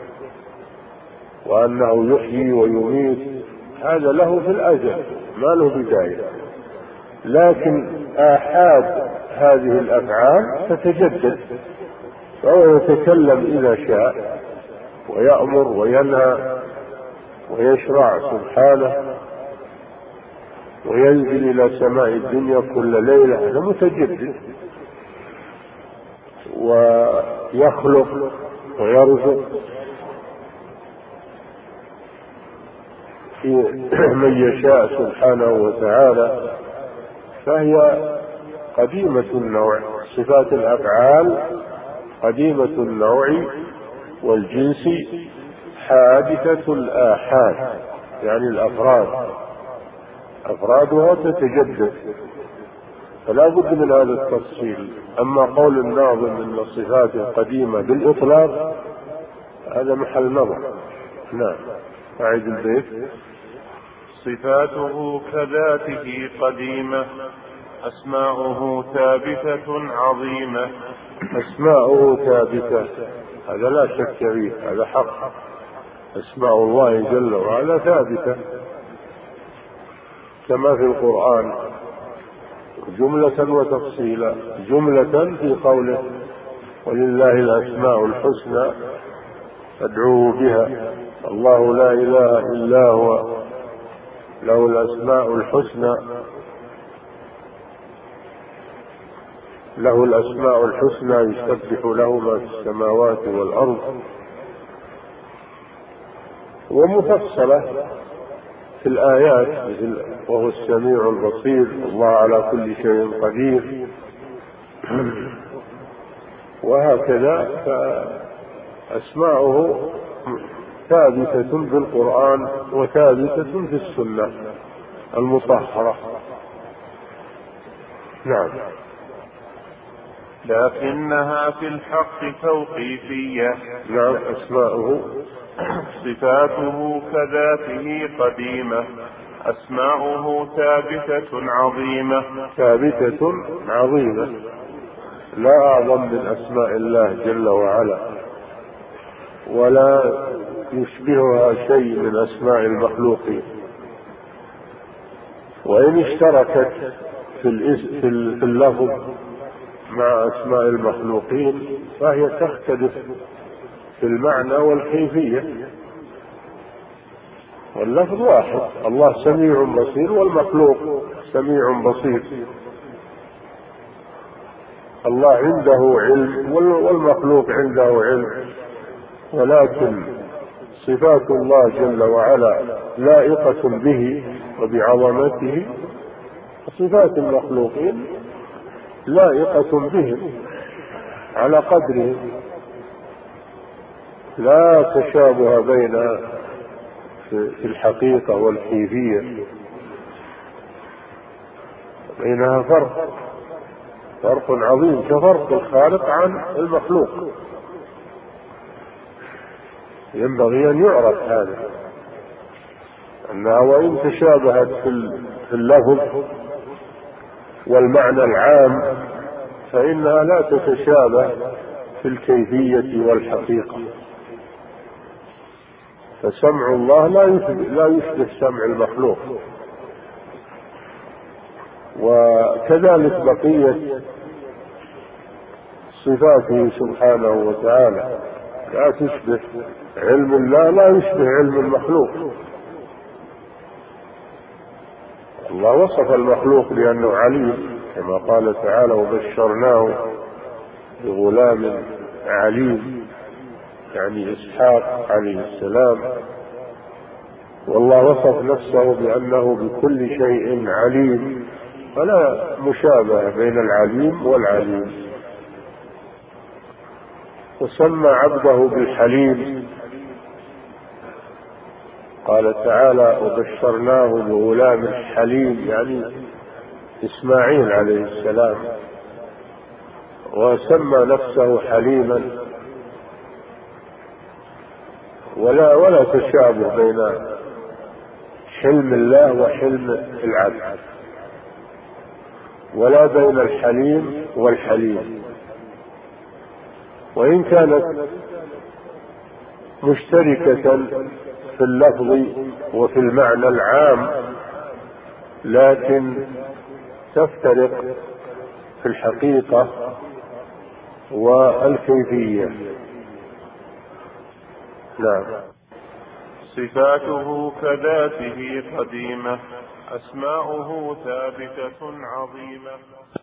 وأنه يحيي ويميت. هذا له في الأزل ما له بداية، لكن آحاد هذه الأفعال تتجدد، فهو يتكلم إذا شاء ويأمر وينهى ويشرع سبحانه، وينزل إلى سماء الدنيا كل ليلة، هذا متجدد، ويخلق ويرزق من يشاء سبحانه وتعالى، فهي قديمة النوع. صفات الأفعال قديمة النوع والجنس حادثة الآحاد، يعني الأفراد أفرادها تتجدد، فلا بد من هذا التفصيل. أما قول الناظم أن الصفات القديمة بالإطلاق هذا محل نظر. نعم. أعيد البيت: صفاته كذاته قديمة، أسماؤه ثابتة عظيمة. أسماؤه ثابتة، هذا لا شك فيه، هذا حق. أسماء الله جل وعلا ثابتة كما في القرآن جملة وتفصيلا. جملة في قوله: ولله الأسماء الحسنى فادعوه بها، الله لا إله إلا هو له الأسماء الحسنى. له الأسماء الحسنى يسبح له ما في السماوات والأرض، ومفصلة في الآيات مثل وهو السميع البصير، الله على كل شيء قدير، وهكذا. فأسماؤه ثابتة بالقرآن وثابتة في السنة المطهرة. نعم. لكنها في الحق توقيفية. نعم. أسماؤه صفاته كذاته قديمة، أسماؤه ثابتة عظيمة. ثابتة عظيمة، لا أعظم من أسماء الله جل وعلا، ولا يشبهها شيء من أسماء المخلوقين. وإن اشتركت في اللفظ مع أسماء المخلوقين فهي تختلف في المعنى والكيفية، واللفظ واحد، الله سميع بصير والمخلوق سميع بصير. الله عنده علم والمخلوق عنده علم، ولكن صفات الله جل وعلا لائقة به وبعظمته، وصفات المخلوقين لائقة بهم على قدرهم، لا تشابه بين في الحقيقة والكيفية، بينها فرق فرق عظيم كفرق الخالق عن المخلوق. ينبغي أن يعرف هذا، أنها وإن تشابهت في اللفظ والمعنى العام فإنها لا تتشابه في الكيفية والحقيقة. فسمع الله لا يشبه, لا يشبه سمع المخلوق، وكذلك بقية صفاته سبحانه وتعالى لا تشبه علم الله، لا يشبه علم المخلوق. الله وصف المخلوق بأنه عليم كما قال تعالى وبشرناه بغلام عليم، يعني إسحاق عليه السلام. والله وصف نفسه بأنه بكل شيء عليم، فلا مشابهة بين العليم والعليم. وسمى عبده بالحليم، قال تعالى وبشرناه بغلام حليم، يعني إسماعيل عليه السلام، وسمى نفسه حليما. ولا ولا تشابه بين حلم الله وحلم العبد، ولا بين الحليم والحليم، وإن كانت مشتركة في اللفظ وفي المعنى العام لكن تفترق في الحقيقة والكيفية. نعم. صفاته كذاته قديمة، أسماؤه ثابتة عظيمة.